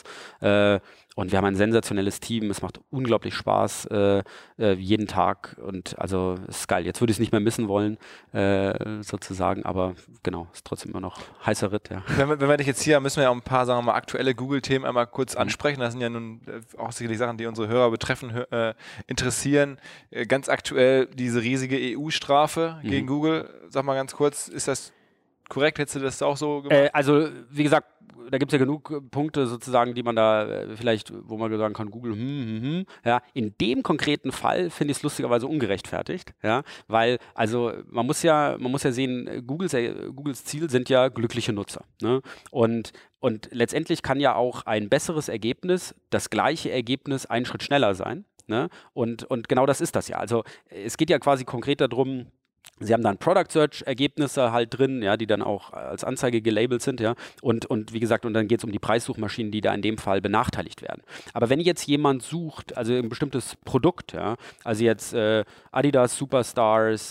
und wir haben ein sensationelles Team, es macht unglaublich Spaß jeden Tag und also es ist geil, jetzt würde ich es nicht mehr missen wollen sozusagen, aber genau, ist trotzdem immer noch heißer Ritt, ja. Wenn wir dich jetzt hier haben, müssen wir ja auch ein paar, sagen wir mal, aktuelle Google-Themen einmal kurz ansprechen, das sind ja nun auch sicherlich Sachen, die unsere Hörer betreffen, interessieren, ganz aktuell diese riesige EU-Strafe gegen Google, sag mal ganz kurz, ist das korrekt? Hättest du das auch so gemacht? Also, wie gesagt, da gibt es ja genug Punkte sozusagen, die man da vielleicht, wo man sagen kann, Google, ja. In dem konkreten Fall finde ich es lustigerweise ungerechtfertigt, ja, weil, also man muss ja sehen, Googles Ziel sind ja glückliche Nutzer, ne? Und letztendlich kann ja auch ein besseres Ergebnis, das gleiche Ergebnis einen Schritt schneller sein, ne? Und genau das ist das ja. Also es geht ja quasi konkret darum, Sie haben dann Product Search Ergebnisse halt drin, ja, die dann auch als Anzeige gelabelt sind, ja, und wie gesagt, und dann geht es um die Preissuchmaschinen, die da in dem Fall benachteiligt werden. Aber wenn jetzt jemand sucht, also ein bestimmtes Produkt, ja, also jetzt Adidas Superstars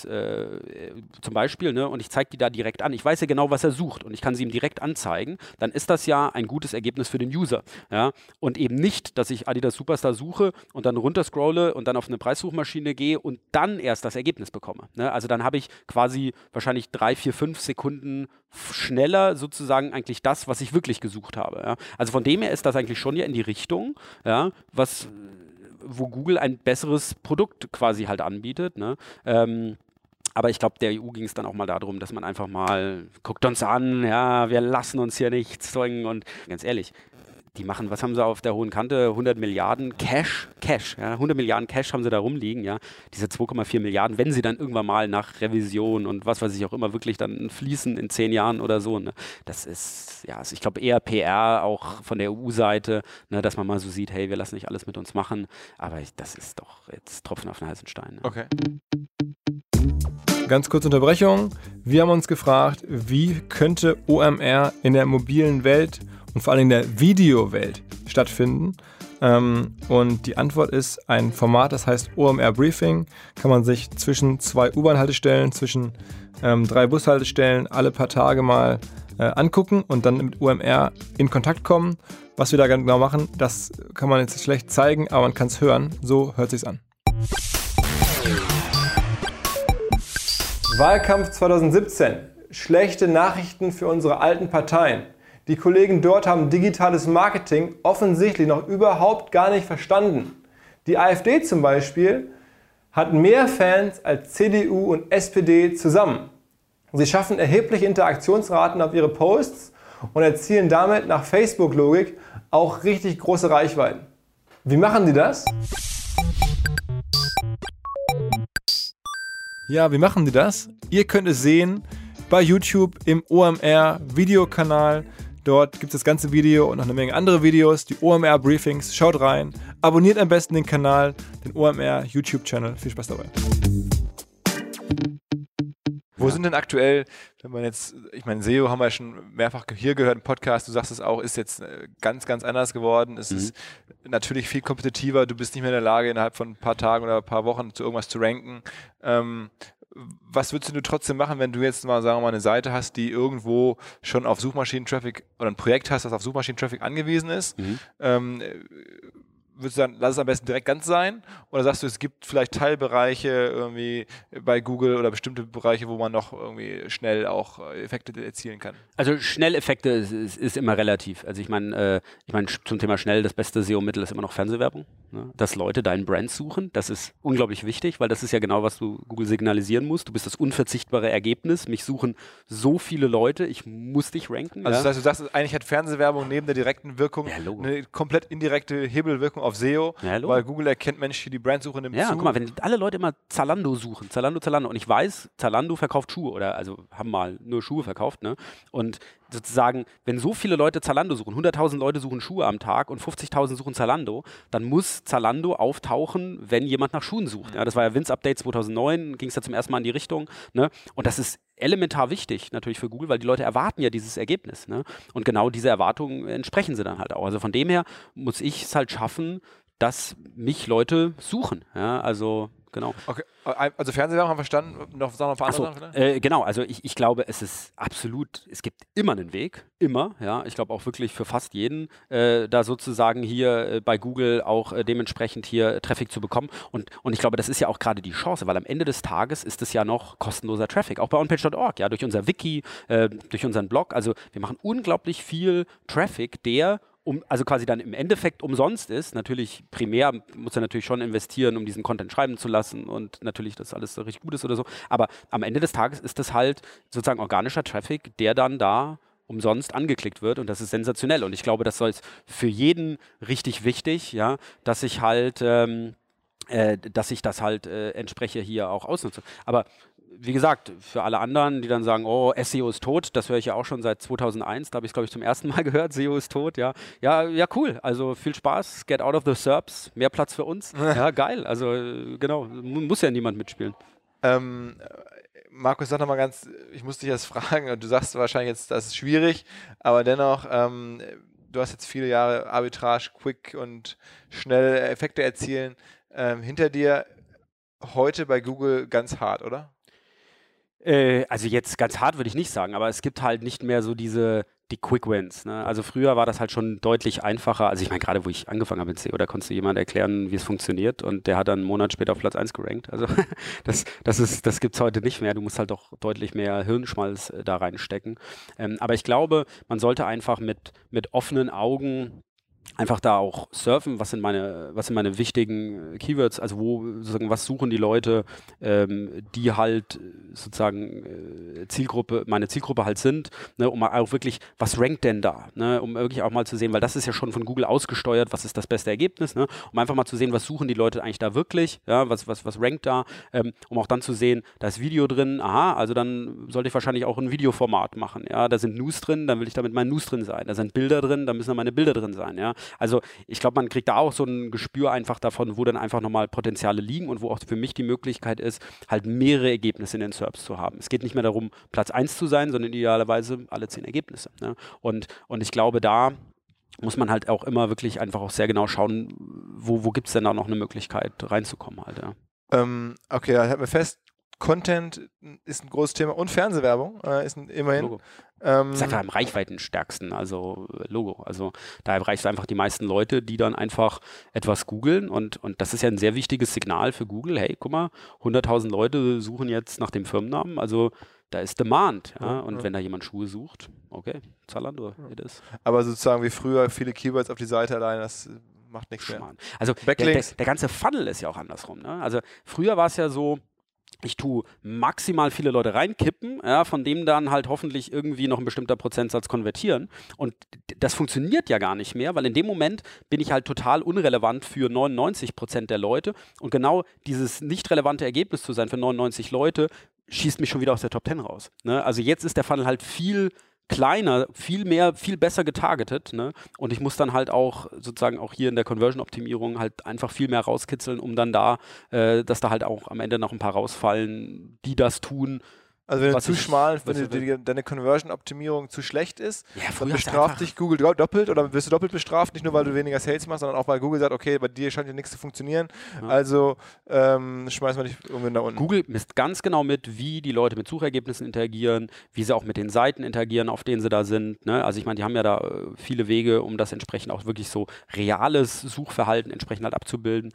zum Beispiel, ne, und ich zeige die da direkt an, ich weiß ja genau, was er sucht und ich kann sie ihm direkt anzeigen, dann ist das ja ein gutes Ergebnis für den User, ja, und eben nicht, dass ich Adidas Superstar suche und dann runterscrolle und dann auf eine Preissuchmaschine gehe und dann erst das Ergebnis bekomme, ne, also dann habe ich quasi wahrscheinlich 3, 4, 5 Sekunden schneller sozusagen eigentlich das, was ich wirklich gesucht habe. Ja. Also von dem her ist das eigentlich schon ja in die Richtung, ja, wo Google ein besseres Produkt quasi halt anbietet. Ne. Aber ich glaube, der EU ging es dann auch mal darum, dass man einfach mal, guckt uns an, ja, wir lassen uns hier nichts zwingen und ganz ehrlich, die machen, was haben sie auf der hohen Kante? 100 Milliarden Cash, ja, 100 Milliarden Cash haben sie da rumliegen, ja. Diese 2,4 Milliarden, wenn sie dann irgendwann mal nach Revision und was weiß ich auch immer wirklich dann fließen in 10 Jahren oder so, ne. Das ist, ja, also ich glaube eher PR auch von der EU-Seite, ne, dass man mal so sieht, hey, wir lassen nicht alles mit uns machen, aber das ist doch jetzt Tropfen auf den heißen Stein. Ne. Okay. Ganz kurze Unterbrechung. Wir haben uns gefragt, wie könnte OMR in der mobilen Welt und vor allem in der Videowelt stattfinden. Und die Antwort ist ein Format, das heißt OMR Briefing. Kann man sich zwischen 2 U-Bahn-Haltestellen, zwischen 3 Bushaltestellen alle paar Tage mal angucken und dann mit OMR in Kontakt kommen. Was wir da genau machen, das kann man jetzt schlecht zeigen, aber man kann es hören. So hört sich's an. Wahlkampf 2017. Schlechte Nachrichten für unsere alten Parteien. Die Kollegen dort haben digitales Marketing offensichtlich noch überhaupt gar nicht verstanden. Die AfD zum Beispiel hat mehr Fans als CDU und SPD zusammen. Sie schaffen erhebliche Interaktionsraten auf ihre Posts und erzielen damit nach Facebook-Logik auch richtig große Reichweiten. Wie machen die das? Ja, wie machen die das? Ihr könnt es sehen bei YouTube im OMR-Videokanal. Dort gibt es das ganze Video und noch eine Menge andere Videos, die OMR-Briefings. Schaut rein, abonniert am besten den Kanal, den OMR-YouTube-Channel. Viel Spaß dabei. Wo sind denn aktuell, wenn man jetzt, ich meine, SEO haben wir ja schon mehrfach hier gehört im Podcast, du sagst es auch, ist jetzt ganz, ganz anders geworden. Es ist natürlich viel kompetitiver, du bist nicht mehr in der Lage, innerhalb von ein paar Tagen oder ein paar Wochen zu irgendwas zu ranken. Was würdest du trotzdem machen, wenn du jetzt mal, sagen wir mal, eine Seite hast, die irgendwo schon auf Suchmaschinen-Traffic oder ein Projekt hast, das auf Suchmaschinen-Traffic angewiesen ist? Würdest du sagen, lass es am besten direkt ganz sein? Oder sagst du, es gibt vielleicht Teilbereiche irgendwie bei Google oder bestimmte Bereiche, wo man noch irgendwie schnell auch Effekte erzielen kann? Also Schnelleffekte ist immer relativ. Also ich meine zum Thema schnell, das beste SEO-Mittel ist immer noch Fernsehwerbung. Ne? Dass Leute deinen Brand suchen, das ist unglaublich wichtig, weil das ist ja genau, was du Google signalisieren musst. Du bist das unverzichtbare Ergebnis. Mich suchen so viele Leute, ich muss dich ranken. Also das heißt, du sagst, eigentlich hat Fernsehwerbung neben der direkten Wirkung eine komplett indirekte Hebelwirkung auf SEO, weil Google erkennt, Mensch, die Brandsuche nimmt zu. Ja, guck mal, wenn alle Leute immer Zalando suchen, Zalando, und ich weiß, Zalando verkauft Schuhe oder also haben mal nur Schuhe verkauft, ne? Und sozusagen, wenn so viele Leute Zalando suchen, 100.000 Leute suchen Schuhe am Tag und 50.000 suchen Zalando, dann muss Zalando auftauchen, wenn jemand nach Schuhen sucht. Ja, das war ja Vince Update 2009, ging es ja zum ersten Mal in die Richtung, ne? Und das ist elementar wichtig natürlich für Google, weil die Leute erwarten ja dieses Ergebnis, ne? Und genau diese Erwartungen entsprechen sie dann halt auch. Also von dem her muss ich es halt schaffen, dass mich Leute suchen. Ja, also genau. Okay, also Fernsehwerbung haben wir verstanden, sagen wir ein paar andere Sachen? Genau, also ich glaube, es ist absolut, es gibt immer einen Weg, immer, ja, ich glaube auch wirklich für fast jeden, da sozusagen hier bei Google auch dementsprechend hier Traffic zu bekommen und ich glaube, das ist ja auch gerade die Chance, weil am Ende des Tages ist es ja noch kostenloser Traffic, auch bei onpage.org, ja, durch unser Wiki, durch unseren Blog, also wir machen unglaublich viel Traffic, der also quasi dann im Endeffekt umsonst ist. Natürlich, primär muss er natürlich schon investieren, um diesen Content schreiben zu lassen und natürlich, dass alles richtig gut ist oder so. Aber am Ende des Tages ist das halt sozusagen organischer Traffic, der dann da umsonst angeklickt wird und das ist sensationell. Und ich glaube, das soll für jeden richtig wichtig, ja, dass ich halt, dass ich das halt entsprechend hier auch ausnutze. Aber wie gesagt, für alle anderen, die dann sagen, oh, SEO ist tot, das höre ich ja auch schon seit 2001, da habe ich es, glaube ich, zum ersten Mal gehört, SEO ist tot, ja, cool, also viel Spaß, get out of the SERPs, mehr Platz für uns, ja, geil, also genau, muss ja niemand mitspielen. Markus, sag nochmal ganz, ich muss dich jetzt fragen, und du sagst wahrscheinlich jetzt, das ist schwierig, aber dennoch, du hast jetzt viele Jahre Arbitrage, quick und schnell Effekte erzielen, hinter dir heute bei Google ganz hart, oder? Also jetzt ganz hart würde ich nicht sagen, aber es gibt halt nicht mehr so die Quick Wins. Ne? Also früher war das halt schon deutlich einfacher. Also ich meine, gerade wo ich angefangen habe mit SEO, da konntest du jemand erklären, wie es funktioniert und der hat dann einen Monat später auf Platz 1 gerankt. Also das gibt es heute nicht mehr. Du musst halt doch deutlich mehr Hirnschmalz da reinstecken. Aber ich glaube, man sollte einfach mit offenen Augen einfach da auch surfen, was sind meine wichtigen Keywords, also was suchen die Leute, die halt sozusagen meine Zielgruppe halt sind, ne, um auch wirklich, was rankt denn da, ne, um wirklich auch mal zu sehen, weil das ist ja schon von Google ausgesteuert, was ist das beste Ergebnis, ne, um einfach mal zu sehen, was suchen die Leute eigentlich da wirklich, ja, was rankt da, um auch dann zu sehen, da ist Video drin, aha, also dann sollte ich wahrscheinlich auch ein Videoformat machen, ja, da sind News drin, dann will ich da mit meinen News drin sein, da sind Bilder drin, da müssen da meine Bilder drin sein, ja. Also ich glaube, man kriegt da auch so ein Gespür einfach davon, wo dann einfach nochmal Potenziale liegen und wo auch für mich die Möglichkeit ist, halt mehrere Ergebnisse in den SERPs zu haben. Es geht nicht mehr darum, Platz 1 zu sein, sondern idealerweise alle 10 Ergebnisse. Ne? Und ich glaube, da muss man halt auch immer wirklich einfach auch sehr genau schauen, wo gibt es denn da noch eine Möglichkeit reinzukommen halt, ja. Okay, da halten wir fest, Content ist ein großes Thema und Fernsehwerbung ist immerhin. Logo. Ist einfach am reichweitenstärksten, also Logo. Also da erreichst du einfach die meisten Leute, die dann einfach etwas googeln und das ist ja ein sehr wichtiges Signal für Google. Hey, guck mal, 100.000 Leute suchen jetzt nach dem Firmennamen, also da ist Demand. Ja? Und wenn da jemand Schuhe sucht, okay, Zalando, it is. Aber sozusagen wie früher viele Keywords auf die Seite allein, das macht nichts mehr. Also Backlinks. der ganze Funnel ist ja auch andersrum. Ne? Also früher war es ja so, ich tue maximal viele Leute reinkippen, ja, von denen dann halt hoffentlich irgendwie noch ein bestimmter Prozentsatz konvertieren. Und das funktioniert ja gar nicht mehr, weil in dem Moment bin ich halt total unrelevant für 99% der Leute. Und genau dieses nicht relevante Ergebnis zu sein für 99 Leute, schießt mich schon wieder aus der Top 10 raus. Ne? Also jetzt ist der Funnel halt viel kleiner, viel besser getargetet, ne? Und ich muss dann halt auch sozusagen auch hier in der Conversion-Optimierung halt einfach viel mehr rauskitzeln, um dann dass da halt auch am Ende noch ein paar rausfallen, die das tun. Also wenn du zu schmal, wenn deine Conversion-Optimierung zu schlecht ist, ja, dann bestraft dich Google doppelt oder wirst du doppelt bestraft, nicht nur weil du weniger Sales machst, sondern auch weil Google sagt, okay, bei dir scheint ja nichts zu funktionieren, also schmeißen wir dich irgendwie nach unten. Google misst ganz genau mit, wie die Leute mit Suchergebnissen interagieren, wie sie auch mit den Seiten interagieren, auf denen sie da sind. Ne? Also ich meine, die haben ja da viele Wege, um das entsprechend auch wirklich so reales Suchverhalten entsprechend halt abzubilden.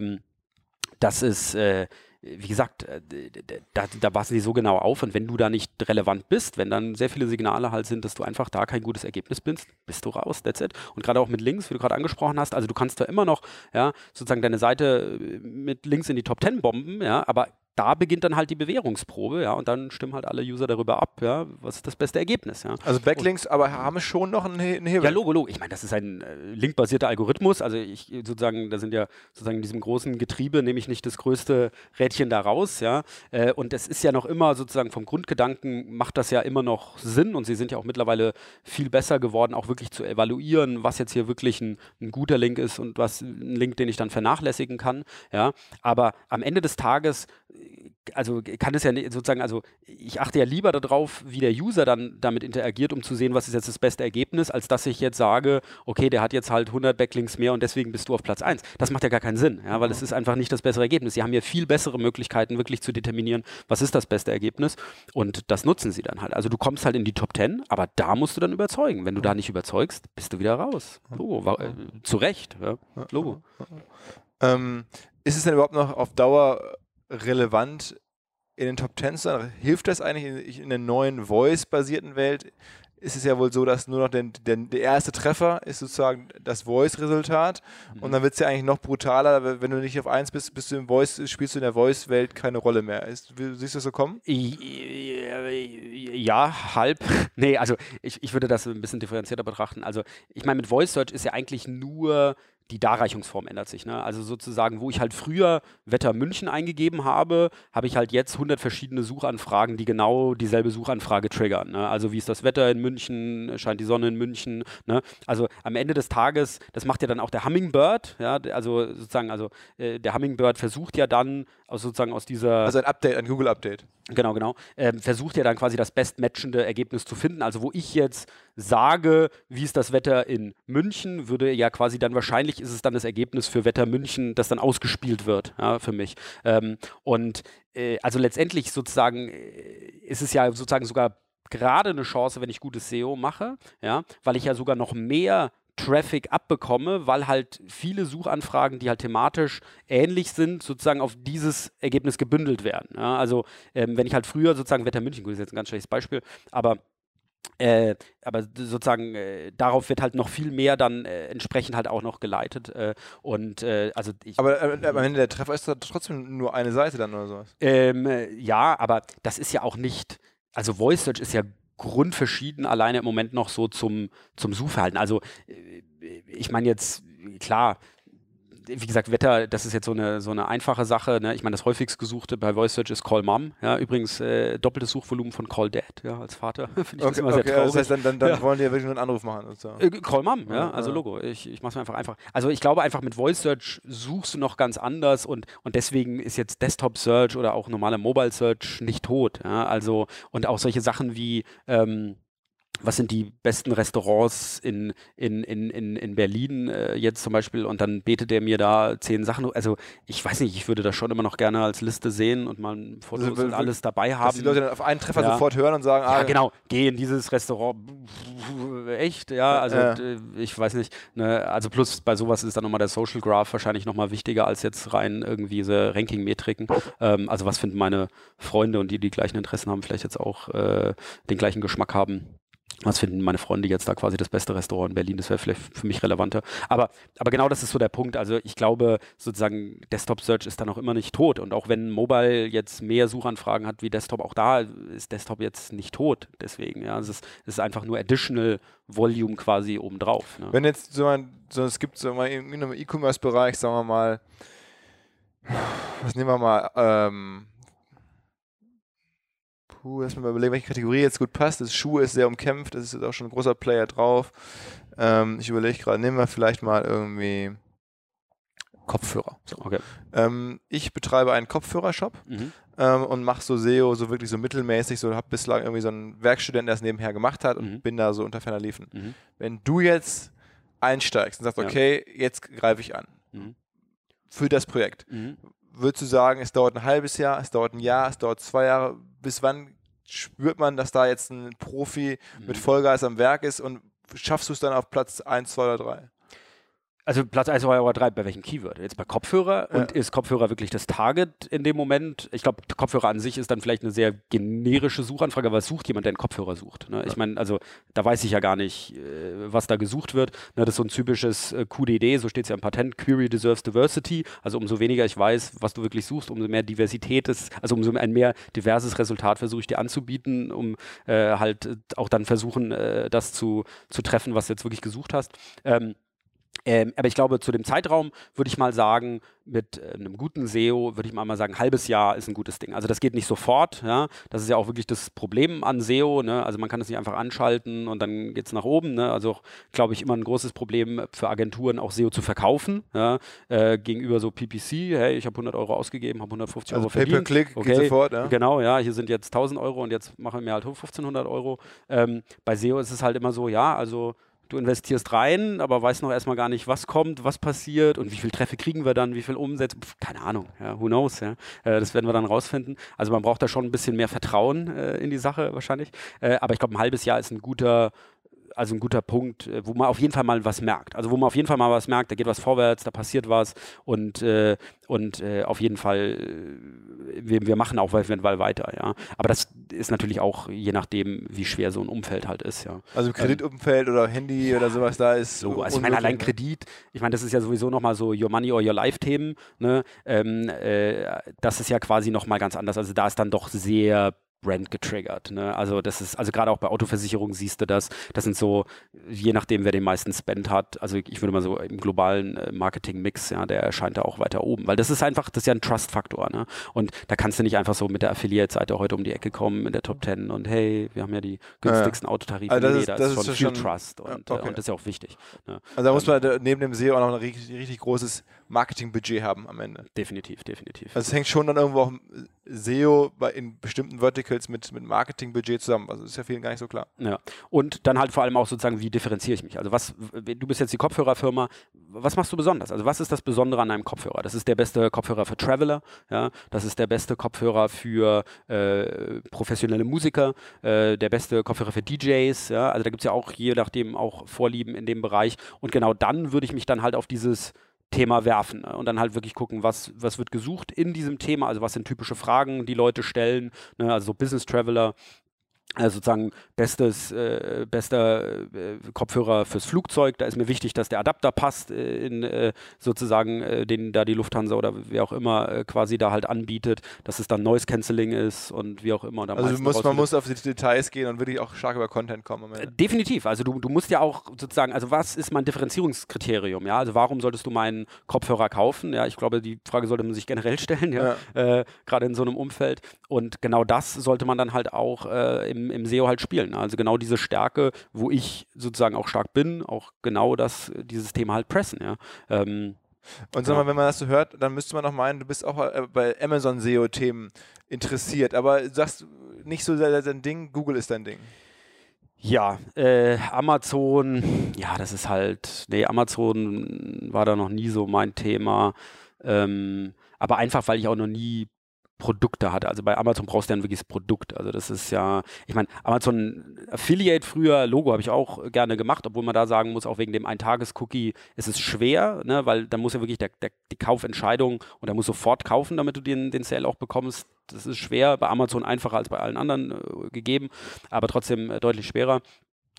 Das ist wie gesagt, da passen die so genau auf und wenn du da nicht relevant bist, wenn dann sehr viele Signale halt sind, dass du einfach da kein gutes Ergebnis bist du raus, that's it. Und gerade auch mit Links, wie du gerade angesprochen hast, also du kannst da immer noch, ja, sozusagen deine Seite mit Links in die Top 10 bomben, ja, aber da beginnt dann halt die Bewährungsprobe, ja, und dann stimmen halt alle User darüber ab, ja, was ist das beste Ergebnis, ja. Also Backlinks, aber haben schon noch einen Hebel? Ja, Logo. Ich meine, das ist ein linkbasierter Algorithmus, also da sind ja sozusagen in diesem großen Getriebe, nehme ich nicht das größte Rädchen da raus, ja, und es ist ja noch immer sozusagen vom Grundgedanken macht das ja immer noch Sinn und sie sind ja auch mittlerweile viel besser geworden, auch wirklich zu evaluieren, was jetzt hier wirklich ein guter Link ist und was ein Link, den ich dann vernachlässigen kann, ja, aber am Ende des Tages also kann es ja sozusagen, also ich achte ja lieber darauf, wie der User dann damit interagiert, um zu sehen, was ist jetzt das beste Ergebnis, als dass ich jetzt sage, okay, der hat jetzt halt 100 Backlinks mehr und deswegen bist du auf Platz 1. Das macht ja gar keinen Sinn, ja, weil es ist einfach nicht das bessere Ergebnis. Sie haben ja viel bessere Möglichkeiten, wirklich zu determinieren, was ist das beste Ergebnis und das nutzen sie dann halt. Also du kommst halt in die Top 10, aber da musst du dann überzeugen. Wenn du da nicht überzeugst, bist du wieder raus. Logo, zu Recht, ja. Logo. Ist es denn überhaupt noch auf Dauer relevant in den Top 10 zu sein? Hilft das eigentlich in der neuen Voice-basierten Welt? Ist es ja wohl so, dass nur noch der erste Treffer ist sozusagen das Voice-Resultat und dann wird es ja eigentlich noch brutaler, wenn du nicht auf 1 bist, spielst du in der Voice-Welt keine Rolle mehr. Siehst du das so kommen? Ja, halb. Nee, also ich würde das ein bisschen differenzierter betrachten. Also ich meine, mit Voice Search ist ja eigentlich nur die Darreichungsform ändert sich. Ne? Also sozusagen, wo ich halt früher Wetter München eingegeben habe, habe ich halt jetzt 100 verschiedene Suchanfragen, die genau dieselbe Suchanfrage triggern. Ne? Also wie ist das Wetter in München, scheint die Sonne in München. Ne? Also am Ende des Tages, das macht ja dann auch der Hummingbird. Ja? Also sozusagen, der Hummingbird versucht ja dann sozusagen aus dieser... Also ein Google-Update. Genau. Versucht ja dann quasi das bestmatchende Ergebnis zu finden. Also wo ich jetzt sage, wie ist das Wetter in München, würde ja quasi dann wahrscheinlich ist es dann das Ergebnis für Wetter München, das dann ausgespielt wird, ja, für mich. Also letztendlich sozusagen ist es ja sozusagen sogar gerade eine Chance, wenn ich gutes SEO mache, ja, weil ich ja sogar noch mehr Traffic abbekomme, weil halt viele Suchanfragen, die halt thematisch ähnlich sind, sozusagen auf dieses Ergebnis gebündelt werden. Ja, also wenn ich halt früher sozusagen Wetter München, gut, ist jetzt ein ganz schlechtes Beispiel, aber sozusagen darauf wird halt noch viel mehr dann entsprechend halt auch noch geleitet aber am Ende der Treffer ist da trotzdem nur eine Seite dann oder sowas? Ja, aber das ist ja auch nicht, also Voice Search ist ja grundverschieden alleine im Moment noch so zum Suchverhalten. Also ich meine jetzt, klar, wie gesagt, Wetter, das ist jetzt so eine einfache Sache. Ne? Ich meine, das häufigst gesuchte bei Voice Search ist Call Mom. Ja? Übrigens doppeltes Suchvolumen von Call Dad, ja, als Vater. Finde ich das immer sehr traurig. Das heißt, dann wollen die ja wirklich nur einen Anruf machen. So. Call Mom, ja, also Logo. Ich mache es einfach. Also ich glaube einfach, mit Voice Search suchst du noch ganz anders und deswegen ist jetzt Desktop Search oder auch normale Mobile Search nicht tot. Ja? Also, und auch solche Sachen wie was sind die besten Restaurants in Berlin jetzt zum Beispiel und dann betet er mir da 10 Sachen. Also ich weiß nicht, ich würde das schon immer noch gerne als Liste sehen und mal Fotos und alles dabei haben. Dass die Leute dann auf einen Treffer sofort hören und sagen, ja genau, geh in dieses Restaurant. Echt? Ja, also ich weiß nicht. Ne? Also plus bei sowas ist dann nochmal der Social Graph wahrscheinlich nochmal wichtiger als jetzt rein irgendwie diese Ranking-Metriken. Also was finden meine Freunde und die gleichen Interessen haben, vielleicht jetzt auch den gleichen Geschmack haben. Was finden meine Freunde jetzt da quasi das beste Restaurant in Berlin? Das wäre vielleicht für mich relevanter. Aber genau das ist so der Punkt. Also ich glaube, sozusagen Desktop Search ist dann auch immer nicht tot. Und auch wenn Mobile jetzt mehr Suchanfragen hat wie Desktop, auch da ist Desktop jetzt nicht tot. Deswegen, ja, es ist einfach nur Additional Volume quasi obendrauf. Ne? Wenn jetzt es gibt so mal in einem E-Commerce-Bereich, sagen wir mal, was nehmen wir mal, lass mich mal überlegen, welche Kategorie jetzt gut passt. Das Schuhe ist sehr umkämpft, das ist auch schon ein großer Player drauf. Ich überlege gerade, nehmen wir vielleicht mal irgendwie Kopfhörer. So. Okay. Ich betreibe einen Kopfhörershop und mache so SEO so wirklich so mittelmäßig, so habe bislang irgendwie so einen Werkstudenten, der es nebenher gemacht hat und bin da so unter ferner Liefen. Wenn du jetzt einsteigst und sagst, okay, jetzt greife ich an für das Projekt, würdest du sagen, es dauert ein halbes Jahr, es dauert ein Jahr, es dauert 2 Jahre, bis wann spürt man, dass da jetzt ein Profi mit Vollgas am Werk ist und schaffst du es dann auf Platz 1, 2 oder 3? Also Platz 1 oder 3 bei welchem Keyword? Jetzt bei Kopfhörer und ist Kopfhörer wirklich das Target in dem Moment? Ich glaube, Kopfhörer an sich ist dann vielleicht eine sehr generische Suchanfrage, aber was sucht jemand, der einen Kopfhörer sucht? Ne? Ich meine, also da weiß ich ja gar nicht, was da gesucht wird. Ne, das ist so ein typisches QDD, so steht es ja im Patent, Query Deserves Diversity. Also umso weniger ich weiß, was du wirklich suchst, umso mehr Diversität ist, also umso ein mehr diverses Resultat versuche ich dir anzubieten, um halt auch dann versuchen, das zu treffen, was du jetzt wirklich gesucht hast. Aber ich glaube, zu dem Zeitraum würde ich mal sagen, mit einem guten SEO würde ich mal sagen, ein halbes Jahr ist ein gutes Ding. Also das geht nicht sofort, ja. Das ist ja auch wirklich das Problem an SEO, ne? Also man kann das nicht einfach anschalten und dann geht es nach oben, ne? Also glaube ich, immer ein großes Problem für Agenturen, auch SEO zu verkaufen, ja? Gegenüber so PPC, hey, ich habe 100 Euro ausgegeben, habe 150 Euro verdient. Pay-per-Click okay, geht sofort, ja. Genau, ja, hier sind jetzt 1.000 Euro und jetzt machen wir halt 1.500 Euro. Bei SEO ist es halt immer so, ja, also du investierst rein, aber weißt noch erstmal gar nicht, was kommt, was passiert und wie viel Traffic kriegen wir dann, wie viel Umsätze, keine Ahnung, ja, who knows, ja. Das werden wir dann rausfinden. Also man braucht da schon ein bisschen mehr Vertrauen in die Sache wahrscheinlich. Aber ich glaube, ein halbes Jahr ist ein guter Punkt, wo man auf jeden Fall mal was merkt. Also wo man auf jeden Fall mal was merkt, da geht was vorwärts, da passiert was und auf jeden Fall, wir machen auch weiter, ja. Aber das ist natürlich auch je nachdem, wie schwer so ein Umfeld halt ist, ja. Also im Kreditumfeld oder Handy oder sowas, da ist so, also ich meine, allein Kredit, ich meine, das ist ja sowieso nochmal so Your Money or Your Life Themen, ne? Das ist ja quasi nochmal ganz anders. Also da ist dann doch sehr Brand getriggert, ne? Also das ist, also gerade auch bei Autoversicherungen siehst du das sind so, je nachdem, wer den meisten Spend hat, also ich würde mal so im globalen Marketing-Mix, ja, der erscheint da auch weiter oben, weil das ist einfach, das ist ja ein Trust-Faktor, ne? Und da kannst du nicht einfach so mit der Affiliate-Seite heute um die Ecke kommen in der Top 10 und hey, wir haben ja die günstigsten Autotarife, also da ist schon viel Trust und das ist ja auch wichtig. Ne? Also da muss man neben dem SEO auch noch ein richtig großes Marketingbudget haben am Ende. Definitiv. Also es hängt schon dann irgendwo auch SEO in bestimmten Verticals mit Marketingbudget zusammen. Also das ist ja vielen gar nicht so klar. Ja. Und dann halt vor allem auch sozusagen, wie differenziere ich mich? Also du bist jetzt die Kopfhörerfirma, was machst du besonders? Also was ist das Besondere an einem Kopfhörer? Das ist der beste Kopfhörer für Traveler, ja, das ist der beste Kopfhörer für professionelle Musiker, der beste Kopfhörer für DJs, ja, also da gibt es ja auch je nachdem auch Vorlieben in dem Bereich und genau dann würde ich mich dann halt auf dieses Thema werfen, ne? Und dann halt wirklich gucken, was wird gesucht in diesem Thema, also was sind typische Fragen, die Leute stellen, ne? Also so Business Traveler, sozusagen bester Kopfhörer fürs Flugzeug, da ist mir wichtig, dass der Adapter passt in sozusagen den da die Lufthansa oder wer auch immer quasi da halt anbietet, dass es dann Noise Cancelling ist und wie auch immer. Da also man muss auf die Details gehen und wirklich auch stark über Content kommen. Definitiv, also du musst ja auch sozusagen, also was ist mein Differenzierungskriterium, ja, also warum solltest du meinen Kopfhörer kaufen, ja, ich glaube, die Frage sollte man sich generell stellen, ja. Gerade in so einem Umfeld und genau das sollte man dann halt auch im SEO halt spielen. Also genau diese Stärke, wo ich sozusagen auch stark bin, auch genau dieses Thema halt pressen. Ja. Und sag mal, wenn man das so hört, dann müsste man noch meinen, du bist auch bei Amazon SEO-Themen interessiert, aber sagst nicht so dein Ding, Google ist dein Ding. Ja, Amazon, ja, das ist halt, Amazon war da noch nie so mein Thema, aber einfach, weil ich auch noch nie Produkte hatte. Also bei Amazon brauchst du dann wirklich das Produkt. Also das ist ja, ich meine, Amazon Affiliate früher, Logo habe ich auch gerne gemacht, obwohl man da sagen muss, auch wegen dem Ein-Tages-Cookie ist es schwer, ne, weil da muss ja wirklich die Kaufentscheidung und da musst sofort kaufen, damit du den Sale auch bekommst. Das ist schwer, bei Amazon einfacher als bei allen anderen gegeben, aber trotzdem deutlich schwerer.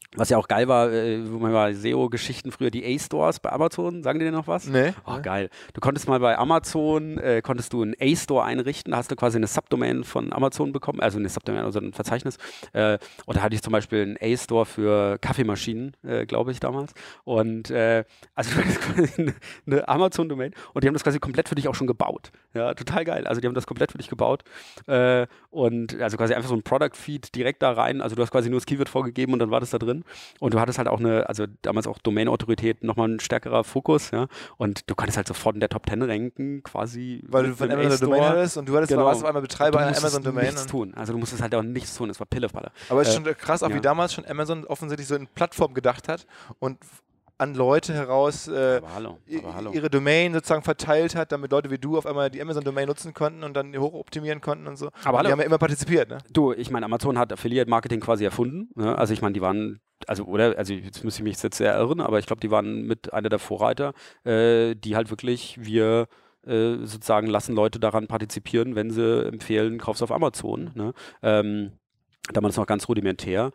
Was ja auch geil war, wo man bei SEO-Geschichten früher, die A-Stores bei Amazon, sagen die dir noch was? Nee. Oh, geil. Du konntest mal bei Amazon, konntest du einen A-Store einrichten, da hast du quasi eine Subdomain von Amazon bekommen, also eine Subdomain, also ein Verzeichnis. Und da hatte ich zum Beispiel einen A-Store für Kaffeemaschinen, glaube ich, damals. Und also du hattest quasi eine Amazon-Domain und die haben das quasi komplett für dich auch schon gebaut. Ja, total geil. Also die haben das komplett für dich gebaut. Und also quasi einfach so ein Product-Feed direkt da rein. Also du hast quasi nur das Keyword vorgegeben und dann war das da drin. Und du hattest halt auch also damals auch Domain-Autorität, nochmal ein stärkerer Fokus, ja. Und du konntest halt sofort in der Top 10 ranken, quasi. Weil du von Amazon Domain hattest und du hattest genau. warst auf einmal Betreiber einer Amazon Domain. Nichts tun. Also du musstest halt auch nichts tun, es war Pillepalle. Aber es ist schon krass, auch wie damals schon Amazon offensichtlich so in Plattform gedacht hat und an Leute heraus ihre Domain sozusagen verteilt hat, damit Leute wie du auf einmal die Amazon-Domain nutzen konnten und dann hochoptimieren konnten und so. Aber die haben ja immer partizipiert, ne? Du, ich meine, Amazon hat Affiliate-Marketing quasi erfunden. Ne? Also ich meine, die waren, also jetzt müsste ich mich jetzt sehr irren, aber ich glaube, die waren mit einer der Vorreiter, die halt wirklich, wir sozusagen lassen Leute daran partizipieren, wenn sie empfehlen, kaufst auf Amazon. Ne? Damals noch ganz rudimentär.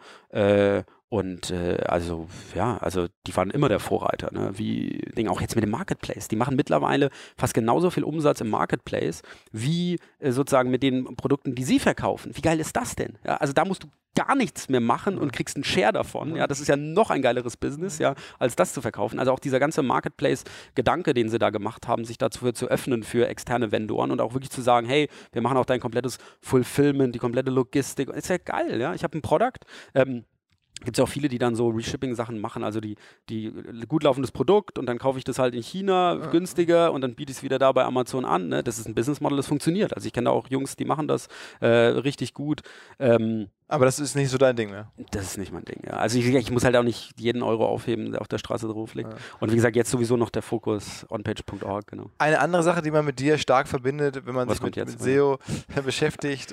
Also die waren immer der Vorreiter, ne? Wie auch jetzt mit dem Marketplace. Die machen mittlerweile fast genauso viel Umsatz im Marketplace wie sozusagen mit den Produkten, die sie verkaufen. Wie geil ist das denn? Ja, also da musst du gar nichts mehr machen und kriegst einen Share davon. Ja, das ist ja noch ein geileres Business, ja, als das zu verkaufen. Also auch dieser ganze Marketplace-Gedanke, den sie da gemacht haben, sich dazu zu öffnen für externe Vendoren und auch wirklich zu sagen, hey, wir machen auch dein komplettes Fulfillment, die komplette Logistik. Ist ja geil, ja. Ich habe ein Produkt, gibt es ja auch viele, die dann so Reshipping-Sachen machen, also die gut laufendes Produkt und dann kaufe ich das halt in China günstiger und dann biete ich es wieder da bei Amazon an. Ne? Das ist ein Businessmodel, das funktioniert. Also ich kenne da auch Jungs, die machen das richtig gut. Aber das ist nicht so dein Ding, ne? Das ist nicht mein Ding, ja. Also ich muss halt auch nicht jeden Euro aufheben, der auf der Straße drauf liegt. Ja. Und wie gesagt, jetzt sowieso noch der Fokus onpage.org, genau. Eine andere Sache, die man mit dir stark verbindet, wenn man sich mit SEO beschäftigt,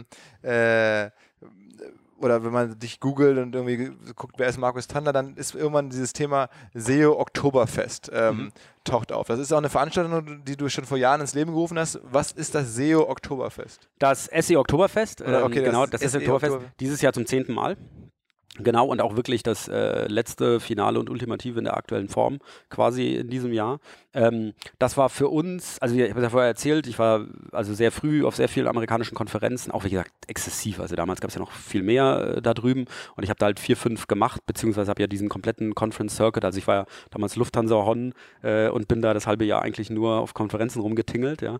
oder wenn man dich googelt und irgendwie guckt, wer ist Markus Thander, dann ist irgendwann dieses Thema SEO Oktoberfest taucht auf. Das ist auch eine Veranstaltung, die du schon vor Jahren ins Leben gerufen hast. Was ist das SEO Oktoberfest? Das SEO Oktoberfest, okay, genau, das SEO Oktoberfest, dieses Jahr zum 10. Mal. Genau, und auch wirklich das letzte Finale und Ultimative in der aktuellen Form quasi in diesem Jahr. Das war für uns, also ich habe ja vorher erzählt, ich war also sehr früh auf sehr vielen amerikanischen Konferenzen, auch wie gesagt exzessiv, also damals gab es ja noch viel mehr da drüben und ich habe da halt 4, 5 gemacht, beziehungsweise habe ja diesen kompletten Conference Circuit, also ich war ja damals Lufthansa Hon und bin da das halbe Jahr eigentlich nur auf Konferenzen rumgetingelt, ja.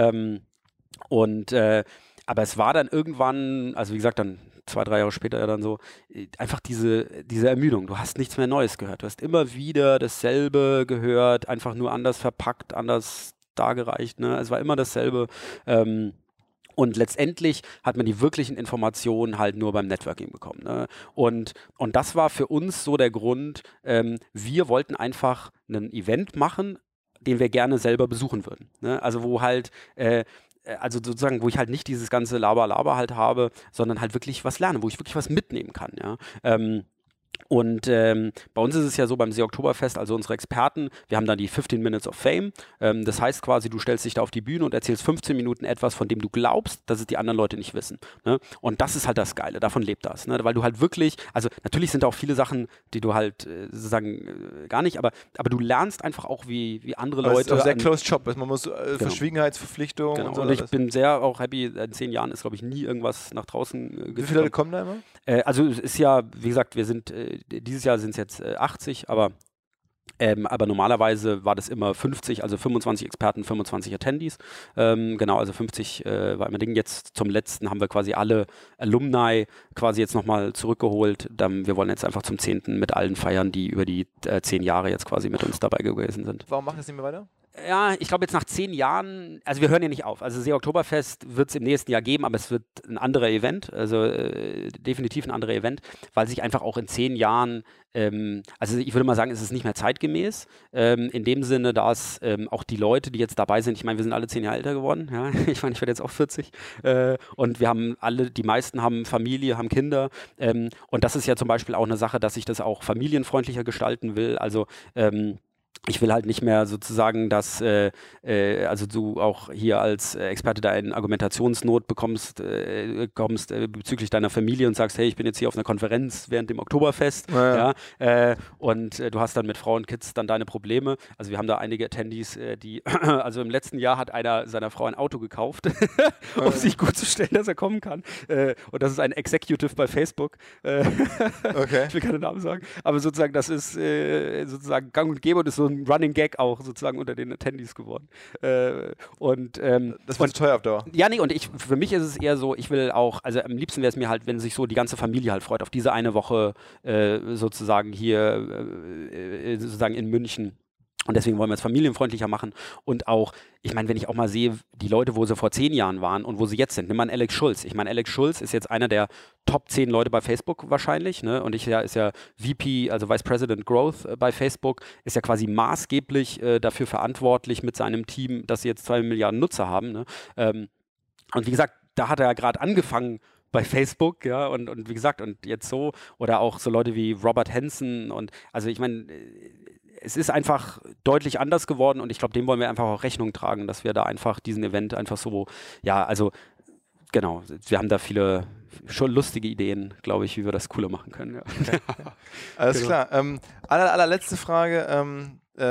Aber es war dann irgendwann, also wie gesagt, dann 2, 3 Jahre später ja dann so, einfach diese Ermüdung. Du hast nichts mehr Neues gehört. Du hast immer wieder dasselbe gehört, einfach nur anders verpackt, anders dargereicht. Ne? Es war immer dasselbe. Und letztendlich hat man die wirklichen Informationen halt nur beim Networking bekommen. Ne? Und das war für uns so der Grund, wir wollten einfach ein Event machen, den wir gerne selber besuchen würden. Ne? Also wo halt also sozusagen, wo ich halt nicht dieses ganze Laber halt habe, sondern halt wirklich was lerne, wo ich wirklich was mitnehmen kann, ja. Bei uns ist es ja so beim SEO Oktoberfest, also unsere Experten, wir haben dann die 15 Minutes of Fame. Das heißt quasi, du stellst dich da auf die Bühne und erzählst 15 Minuten etwas, von dem du glaubst, dass es die anderen Leute nicht wissen. Ne? Und das ist halt das Geile, davon lebt das. Ne? Weil du halt wirklich, also natürlich sind da auch viele Sachen, die du halt sozusagen gar nicht, aber du lernst einfach auch, wie andere Leute. Das ist auch sehr closed shop, man muss Verschwiegenheitsverpflichtungen genau. und so. Und ich bin sehr auch happy, in 10 Jahren ist, glaube ich, nie irgendwas nach draußen Wie viele Leute kommen da immer? Also es ist ja, wie gesagt, wir sind dieses Jahr sind es jetzt 80, aber normalerweise war das immer 50, also 25 Experten, 25 Attendees. Genau, also 50 war immer Ding. Jetzt zum letzten haben wir quasi alle Alumni quasi jetzt nochmal zurückgeholt. Wir wollen jetzt einfach zum 10. mit allen feiern, die über die 10 Jahre jetzt quasi mit uns dabei gewesen sind. Warum macht das nicht mehr weiter? Ja, ich glaube jetzt nach 10 Jahren, also wir hören ja nicht auf. Also SEO Oktoberfest wird es im nächsten Jahr geben, aber es wird ein anderer Event, also definitiv ein anderer Event, weil sich einfach auch in 10 Jahren, also ich würde mal sagen, es ist nicht mehr zeitgemäß, in dem Sinne, dass auch die Leute, die jetzt dabei sind, ich meine, wir sind alle 10 Jahre älter geworden, ja, ich meine, ich werde jetzt auch 40 und wir haben alle, die meisten haben Familie, haben Kinder und das ist ja zum Beispiel auch eine Sache, dass ich das auch familienfreundlicher gestalten will, also ich will halt nicht mehr sozusagen, dass also du auch hier als Experte da in Argumentationsnot kommst bezüglich deiner Familie und sagst, hey, ich bin jetzt hier auf einer Konferenz während dem Oktoberfest und du hast dann mit Frau und Kids dann deine Probleme. Also wir haben da einige Attendees, also im letzten Jahr hat einer seiner Frau ein Auto gekauft, um sich gut zu stellen, dass er kommen kann. Und das ist ein Executive bei Facebook. Ich will keine Namen sagen, aber sozusagen das ist sozusagen gang und gäbe und ist so ein Running Gag auch sozusagen unter den Attendees geworden. Das wird teuer auf Dauer. Ja, nee, und für mich ist es eher so, ich will auch, also am liebsten wäre es mir halt, wenn sich so die ganze Familie halt freut, auf diese eine Woche sozusagen hier sozusagen in München. Und deswegen wollen wir es familienfreundlicher machen und auch, ich meine, wenn ich auch mal sehe, die Leute, wo sie vor 10 Jahren waren und wo sie jetzt sind, nimm mal einen Alex Schulz. Ich meine, Alex Schulz ist jetzt einer der Top 10 Leute bei Facebook wahrscheinlich, ne? Und ist ja VP, also Vice President Growth bei Facebook, ist ja quasi maßgeblich dafür verantwortlich mit seinem Team, dass sie jetzt 2 Milliarden Nutzer haben, ne? Und wie gesagt, da hat er ja gerade angefangen bei Facebook, ja, und wie gesagt, und jetzt so, oder auch so Leute wie Robert Hansen und, also ich meine, es ist einfach deutlich anders geworden und ich glaube, dem wollen wir einfach auch Rechnung tragen, dass wir da einfach diesen Event einfach so, ja, also genau, wir haben da viele schon lustige Ideen, glaube ich, wie wir das cooler machen können. Ja. Okay. Alles klar. Allerletzte Frage.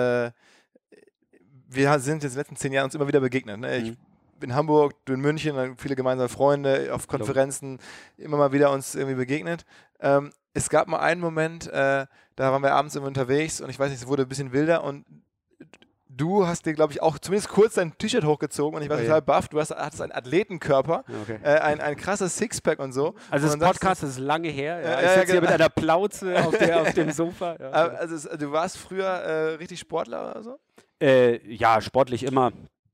Wir sind jetzt in den letzten 10 Jahren uns immer wieder begegnet. Ne? Ich in Hamburg, du in München, viele gemeinsame Freunde auf Konferenzen, immer mal wieder uns irgendwie begegnet. Es gab mal einen Moment, da waren wir abends immer unterwegs und ich weiß nicht, es wurde ein bisschen wilder und du hast dir, glaube ich, auch zumindest kurz dein T-Shirt hochgezogen und ich war total baff. Du hattest einen Athletenkörper, ein krasses Sixpack und so. Also das Podcast ist lange her. Ja. Ich sitze hier mit einer Plauze auf dem Sofa. Ja. Also du warst früher richtig Sportler oder so? Ja, sportlich immer.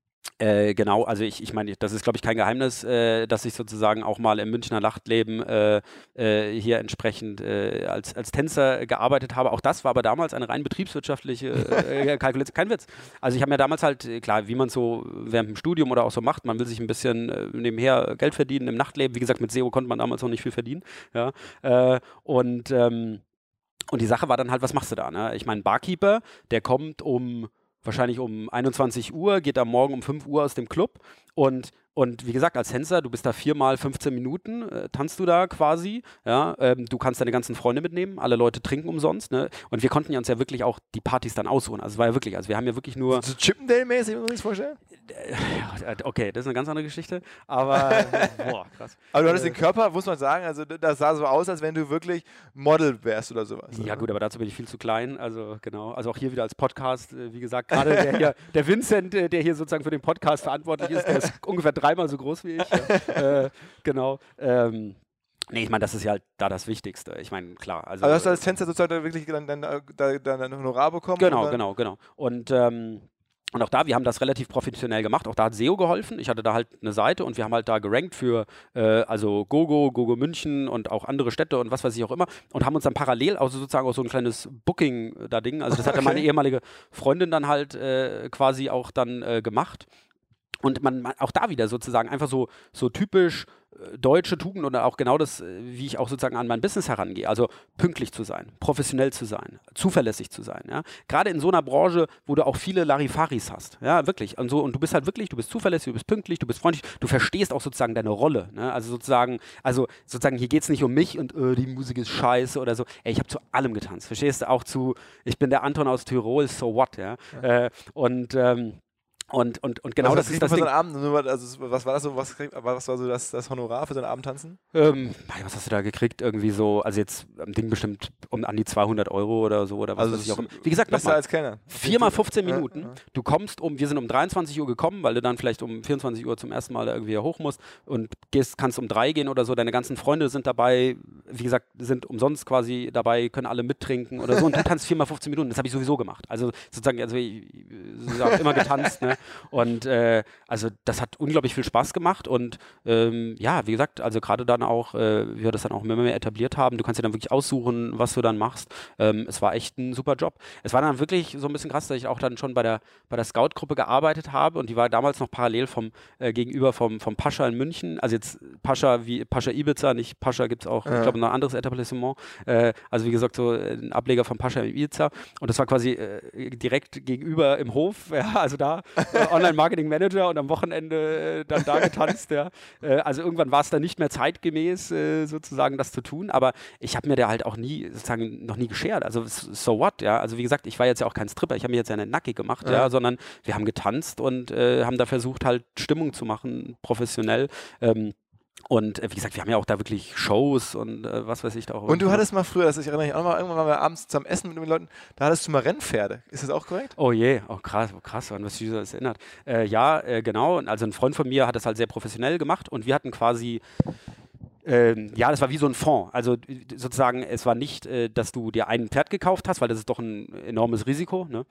Genau, also ich meine, das ist, glaube ich, kein Geheimnis, dass ich sozusagen auch mal im Münchner Nachtleben hier entsprechend als Tänzer gearbeitet habe. Auch das war aber damals eine rein betriebswirtschaftliche Kalkulation. Kein Witz. Also ich habe mir damals halt, klar, wie man so während dem Studium oder auch so macht, man will sich ein bisschen nebenher Geld verdienen im Nachtleben. Wie gesagt, mit SEO konnte man damals noch nicht viel verdienen. Ja? Und die Sache war dann halt, was machst du da? Ne? Ich meine, ein Barkeeper, der kommt wahrscheinlich um 21 Uhr, geht am Morgen um 5 Uhr aus dem Club und wie gesagt, als Tänzer, du bist da 4 mal 15 Minuten, tanzt du da quasi, ja, du kannst deine ganzen Freunde mitnehmen, alle Leute trinken umsonst, ne, und wir konnten ja uns ja wirklich auch die Partys dann aussuchen, also es war ja wirklich, also wir haben ja wirklich nur... So Chippendale-mäßig, muss man sich das vorstellen? Okay, das ist eine ganz andere Geschichte, aber, boah, krass. Aber du hattest den Körper, muss man sagen, also das sah so aus, als wenn du wirklich Model wärst oder sowas. Ja gut, aber dazu bin ich viel zu klein, also genau, also auch hier wieder als Podcast, wie gesagt, gerade der Vincent, der hier sozusagen für den Podcast verantwortlich ist, der ist ungefähr 3-mal so groß wie ich. Ja. Genau. Nee, ich meine, das ist ja halt da das Wichtigste. Ich meine, klar. Also hast du als Tänzer sozusagen wirklich dein Honorar bekommen? Genau. Und auch da, wir haben das relativ professionell gemacht. Auch da hat SEO geholfen. Ich hatte da halt eine Seite und wir haben halt da gerankt für also Gogo München und auch andere Städte und was weiß ich auch immer und haben uns dann parallel auch sozusagen auch so ein kleines Booking-Ding, also das hatte meine ehemalige Freundin dann halt quasi auch dann gemacht. Und man auch da wieder sozusagen einfach so typisch deutsche Tugend oder auch genau das, wie ich auch sozusagen an mein Business herangehe. Also pünktlich zu sein, professionell zu sein, zuverlässig zu sein. Ja? Gerade in so einer Branche, wo du auch viele Larifaris hast. Ja, wirklich. Und du bist halt wirklich, du bist zuverlässig, du bist pünktlich, du bist freundlich, du verstehst auch sozusagen deine Rolle. Ne? Also sozusagen, hier geht es nicht um mich und die Musik ist scheiße oder so. Ey, ich habe zu allem getanzt. Verstehst du? Auch ich bin der Anton aus Tirol, so what, ja. Und genau das ist das Ding. Abend, was war das so, was war so das Honorar für so einen Abend tanzen? Was hast du da gekriegt? Irgendwie so, also jetzt am Ding bestimmt an die 200 Euro oder so oder was also weiß ich auch immer. Wie gesagt, besser als Kellner. 4 mal 15 Minuten. Du kommst wir sind um 23 Uhr gekommen, weil du dann vielleicht um 24 Uhr zum ersten Mal da irgendwie hoch musst und kannst um 3 gehen oder so. Deine ganzen Freunde sind dabei, wie gesagt, sind umsonst quasi dabei, können alle mittrinken oder so und du tanzt 4 mal 15 Minuten. Das habe ich sowieso gemacht. Also sozusagen, ich habe immer getanzt, ne? Und also das hat unglaublich viel Spaß gemacht und ja, wie gesagt, also gerade dann auch, wie wir das dann auch immer mehr etabliert haben, du kannst dir dann wirklich aussuchen, was du dann machst. Es war echt ein super Job. Es war dann wirklich so ein bisschen krass, dass ich auch dann schon bei der Scout-Gruppe gearbeitet habe und die war damals noch parallel gegenüber vom Pascha in München, also jetzt Pascha wie Pascha Ibiza, nicht Pascha gibt es auch, ich glaube noch ein anderes Etablissement. Also wie gesagt, so ein Ableger von Pascha in Ibiza. Und das war quasi direkt gegenüber im Hof, ja, also da Online-Marketing-Manager und am Wochenende dann da getanzt. Ja. Also irgendwann war es dann nicht mehr zeitgemäß, sozusagen das zu tun. Aber ich habe mir da halt auch nie, sozusagen noch nie geschert. Also so what, ja. Also wie gesagt, ich war jetzt ja auch kein Stripper, ich habe mir jetzt ja nicht nackig gemacht, ja, sondern wir haben getanzt und haben da versucht halt Stimmung zu machen, professionell. Und wie gesagt, wir haben ja auch da wirklich Shows und was weiß ich da auch. Und du hattest mal früher, ich erinnere mich auch noch mal, irgendwann waren wir abends zusammen essen mit den Leuten, da hattest du mal Rennpferde. Ist das auch korrekt? Oh je, oh krass, an was sich das erinnert. Genau. Also ein Freund von mir hat das halt sehr professionell gemacht und wir hatten quasi das war wie so ein Fonds. Also sozusagen, es war nicht, dass du dir ein Pferd gekauft hast, weil das ist doch ein enormes Risiko, ne?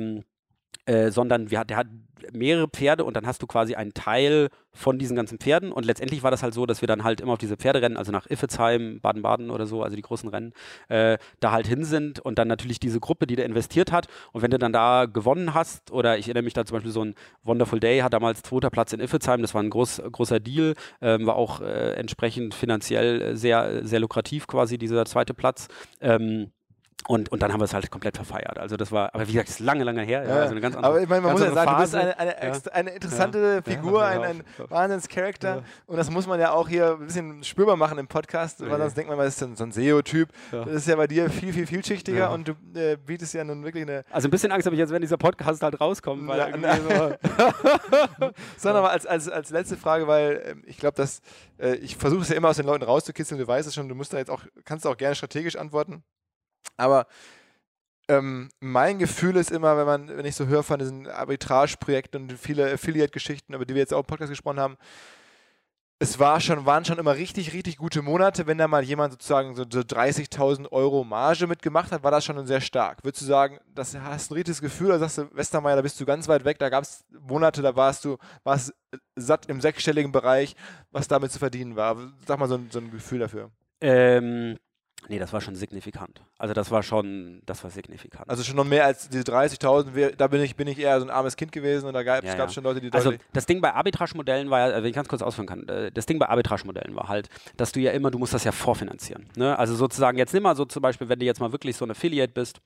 Sondern der hat mehrere Pferde und dann hast du quasi einen Teil von diesen ganzen Pferden und letztendlich war das halt so, dass wir dann halt immer auf diese Pferderennen, also nach Iffezheim, Baden-Baden oder so, also die großen Rennen, da halt hin sind und dann natürlich diese Gruppe, die da investiert hat und wenn du dann da gewonnen hast oder ich erinnere mich da zum Beispiel so ein Wonderful Day hat damals 2. Platz in Iffezheim, das war ein großer Deal, war auch entsprechend finanziell sehr, sehr lukrativ quasi dieser 2. Platz. Und dann haben wir es halt komplett verfeiert. Also das war, aber wie gesagt, das ist lange, lange her. Ja, also eine ganz andere, aber ich meine, man muss ja sagen, Phase. Du bist eine interessante Figur, ein Wahnsinns-Charakter. Ja. Und das muss man ja auch hier ein bisschen spürbar machen im Podcast, weil sonst denkt man, das ist so ein SEO-Typ. Ja. Das ist ja bei dir viel, viel vielschichtiger und du bietest ja nun wirklich eine... Also ein bisschen Angst habe ich jetzt, wenn dieser Podcast halt rauskommt. Weil Sondern aber als letzte Frage, weil ich glaube, dass ich versuche es ja immer aus den Leuten rauszukitzeln, du weißt es schon, du musst da jetzt auch, kannst auch gerne strategisch antworten. Aber mein Gefühl ist immer, wenn ich so höre von diesen Arbitrage-Projekten und viele Affiliate-Geschichten, über die wir jetzt auch im Podcast gesprochen haben, waren schon immer richtig, richtig gute Monate. Wenn da mal jemand sozusagen so 30.000 Euro Marge mitgemacht hat, war das schon sehr stark. Würdest du sagen, hast du ein richtiges Gefühl oder sagst du, Westermeier, da bist du ganz weit weg, da gab es Monate, da warst satt im sechsstelligen Bereich, was damit zu verdienen war. Sag mal so ein Gefühl dafür. Nee, das war schon signifikant. Also das war signifikant. Also schon noch mehr als diese 30.000, da bin ich eher so ein armes Kind gewesen und da gab es schon Leute, die Also das Ding bei Arbitrage-Modellen war ja, wenn ich ganz kurz ausführen kann, das Ding bei Arbitrage-Modellen war halt, dass du musst das ja vorfinanzieren. Ne? Also sozusagen, jetzt nimm mal so zum Beispiel, wenn du jetzt mal wirklich so ein Affiliate bist,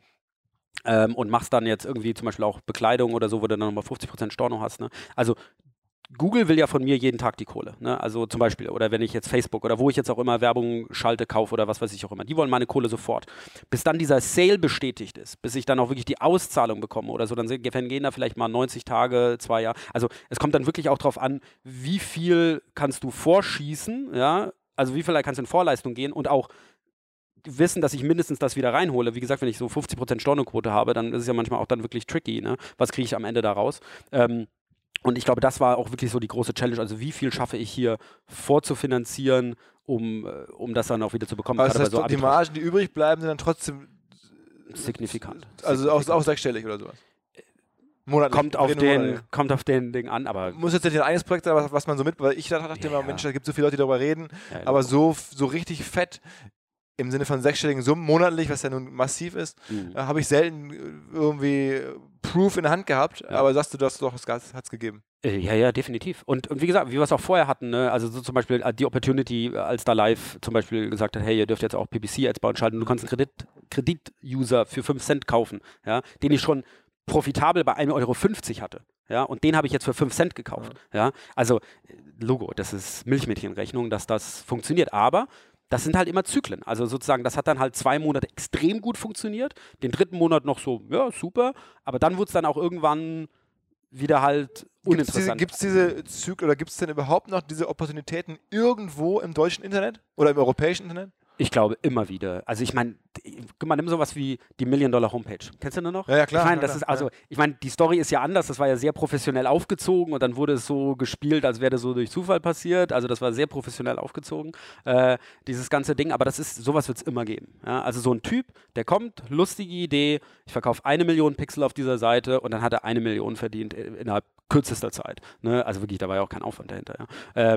und machst dann jetzt irgendwie zum Beispiel auch Bekleidung oder so, wo du dann nochmal 50% Storno hast. Ne? Also Google will ja von mir jeden Tag die Kohle, ne? Also zum Beispiel, oder wenn ich jetzt Facebook oder wo ich jetzt auch immer Werbung schalte, kaufe oder was weiß ich auch immer, die wollen meine Kohle sofort. Bis dann dieser Sale bestätigt ist, bis ich dann auch wirklich die Auszahlung bekomme oder so, dann gehen da vielleicht mal 90 Tage, 2 Jahre. Also es kommt dann wirklich auch drauf an, wie viel kannst du vorschießen, ja, also wie viel kannst du in Vorleistung gehen und auch wissen, dass ich mindestens das wieder reinhole. Wie gesagt, wenn ich so 50% Stornoquote habe, dann ist es ja manchmal auch dann wirklich tricky, ne? Was kriege ich am Ende da raus? Und ich glaube, das war auch wirklich so die große Challenge. Also wie viel schaffe ich hier vorzufinanzieren, um das dann auch wieder zu bekommen? Aber das heißt, die Margen, die übrig bleiben, sind dann trotzdem signifikant. Also auch sechsstellig oder sowas? Monatlich. Kommt auf den Ding an, aber... Muss jetzt nicht ein eigenes Projekt sein, was man so weil ich dachte immer, Mensch, da gibt es so viele Leute, die darüber reden, aber so richtig fett im Sinne von sechsstelligen Summen monatlich, was ja nun massiv ist, habe ich selten irgendwie Proof in der Hand gehabt, aber sagst du, das hat es gegeben? Ja, definitiv. Und wie gesagt, wie wir es auch vorher hatten, ne? Also so zum Beispiel die Opportunity, als da live zum Beispiel gesagt hat, hey, ihr dürft jetzt auch PPC-Ads bauen, schalten, du kannst einen Kredit-User für 5 Cent kaufen, ja, den ich schon profitabel bei 1,50 Euro hatte. Ja, und den habe ich jetzt für 5 Cent gekauft. Ja, also Logo, das ist Milchmädchenrechnung, dass das funktioniert, aber das sind halt immer Zyklen. Also sozusagen, das hat dann halt 2 Monate extrem gut funktioniert, den 3. Monat noch so, ja, super, aber dann wurde es dann auch irgendwann wieder halt uninteressant. Gibt es diese Zyklen oder gibt es denn überhaupt noch diese Opportunitäten irgendwo im deutschen Internet oder im europäischen Internet? Ich glaube, immer wieder. Also ich meine, nimm sowas wie die $1 Million Homepage. Kennst du den noch? Ja, klar. Ich meine, die Story ist ja anders. Das war ja sehr professionell aufgezogen und dann wurde es so gespielt, als wäre das so durch Zufall passiert. Also das war sehr professionell aufgezogen, dieses ganze Ding. Aber sowas wird es immer geben. Ja? Also so ein Typ, der kommt, lustige Idee, ich verkaufe 1 Million Pixel auf dieser Seite und dann hat er 1 Million verdient innerhalb kürzester Zeit. Ne? Also wirklich, da war ja auch kein Aufwand dahinter. Ja?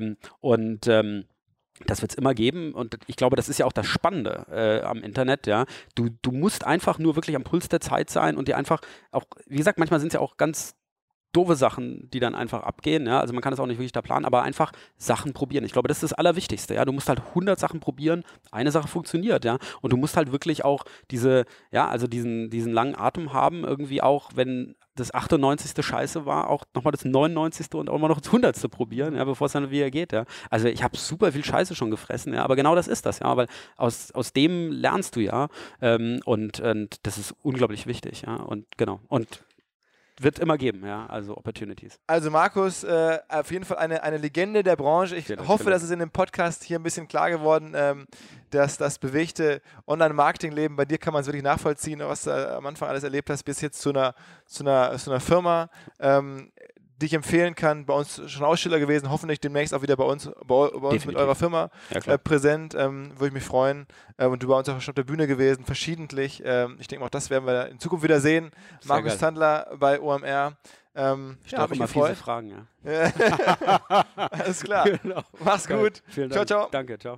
Das wird es immer geben und ich glaube, das ist ja auch das Spannende am Internet, ja. Du musst einfach nur wirklich am Puls der Zeit sein und dir einfach auch, wie gesagt, manchmal sind es ja auch ganz doofe Sachen, die dann einfach abgehen. Ja? Also man kann das auch nicht wirklich da planen, aber einfach Sachen probieren. Ich glaube, das ist das Allerwichtigste. Ja? Du musst halt 100 Sachen probieren, eine Sache funktioniert. Ja? Und du musst halt wirklich auch diesen langen Atem haben, irgendwie auch, wenn das 98. Scheiße war, auch nochmal das 99. und auch mal noch das 100. probieren, ja, bevor es dann wieder geht. Ja. Also ich habe super viel Scheiße schon gefressen, ja, aber genau das ist das, ja, weil aus dem lernst du ja und das ist unglaublich wichtig, ja, und genau. Und wird immer geben, ja, also Opportunities. Also Markus, auf jeden Fall eine Legende der Branche. Ich hoffe, dass es in dem Podcast hier ein bisschen klar geworden, dass das bewegte Online-Marketing-Leben, bei dir kann man es wirklich nachvollziehen, was du am Anfang alles erlebt hast, bis jetzt zu einer Firma, die ich empfehlen kann, bei uns schon Aussteller gewesen, hoffentlich demnächst auch wieder bei uns mit eurer Firma präsent, würde ich mich freuen. Und du bei uns auch schon auf der Bühne gewesen, verschiedentlich. Ich denke mal, auch das werden wir in Zukunft wieder sehen. Sehr Markus geil. Tandler bei OMR. Ich darf immer fiese Fragen, ja. Alles klar. Genau. Mach's gut. Vielen Dank. Ciao, ciao. Danke, ciao.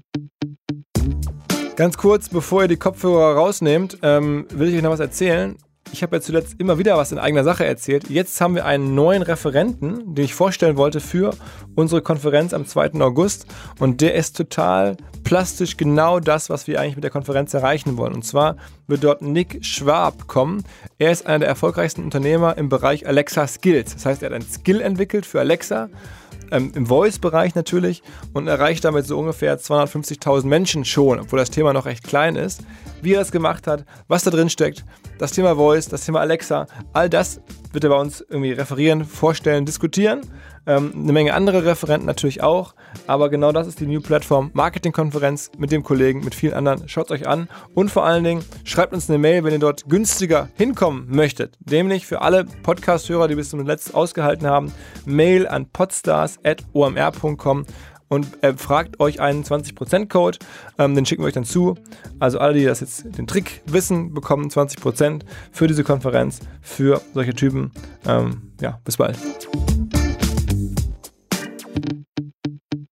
Ganz kurz, bevor ihr die Kopfhörer rausnehmt, will ich euch noch was erzählen. Ich habe ja zuletzt immer wieder was in eigener Sache erzählt. Jetzt haben wir einen neuen Referenten, den ich vorstellen wollte für unsere Konferenz am 2. August. Und der ist total plastisch genau das, was wir eigentlich mit der Konferenz erreichen wollen. Und zwar wird dort Nick Schwab kommen. Er ist einer der erfolgreichsten Unternehmer im Bereich Alexa Skills. Das heißt, er hat ein Skill entwickelt für Alexa. Im Voice-Bereich natürlich und erreicht damit so ungefähr 250.000 Menschen schon, obwohl das Thema noch recht klein ist. Wie er das gemacht hat, was da drin steckt, das Thema Voice, das Thema Alexa, all das wird er bei uns irgendwie referieren, vorstellen, diskutieren. Eine Menge andere Referenten natürlich auch, aber genau das ist die New Platform Marketing-Konferenz mit dem Kollegen, mit vielen anderen. Schaut es euch an und vor allen Dingen schreibt uns eine Mail, wenn ihr dort günstiger hinkommen möchtet. Nämlich für alle Podcast-Hörer, die bis zum letzten ausgehalten haben, Mail an podstars@omr.com und fragt euch einen 20%-Code, den schicken wir euch dann zu. Also alle, die das jetzt den Trick wissen, bekommen 20% für diese Konferenz, für solche Typen. Bis bald.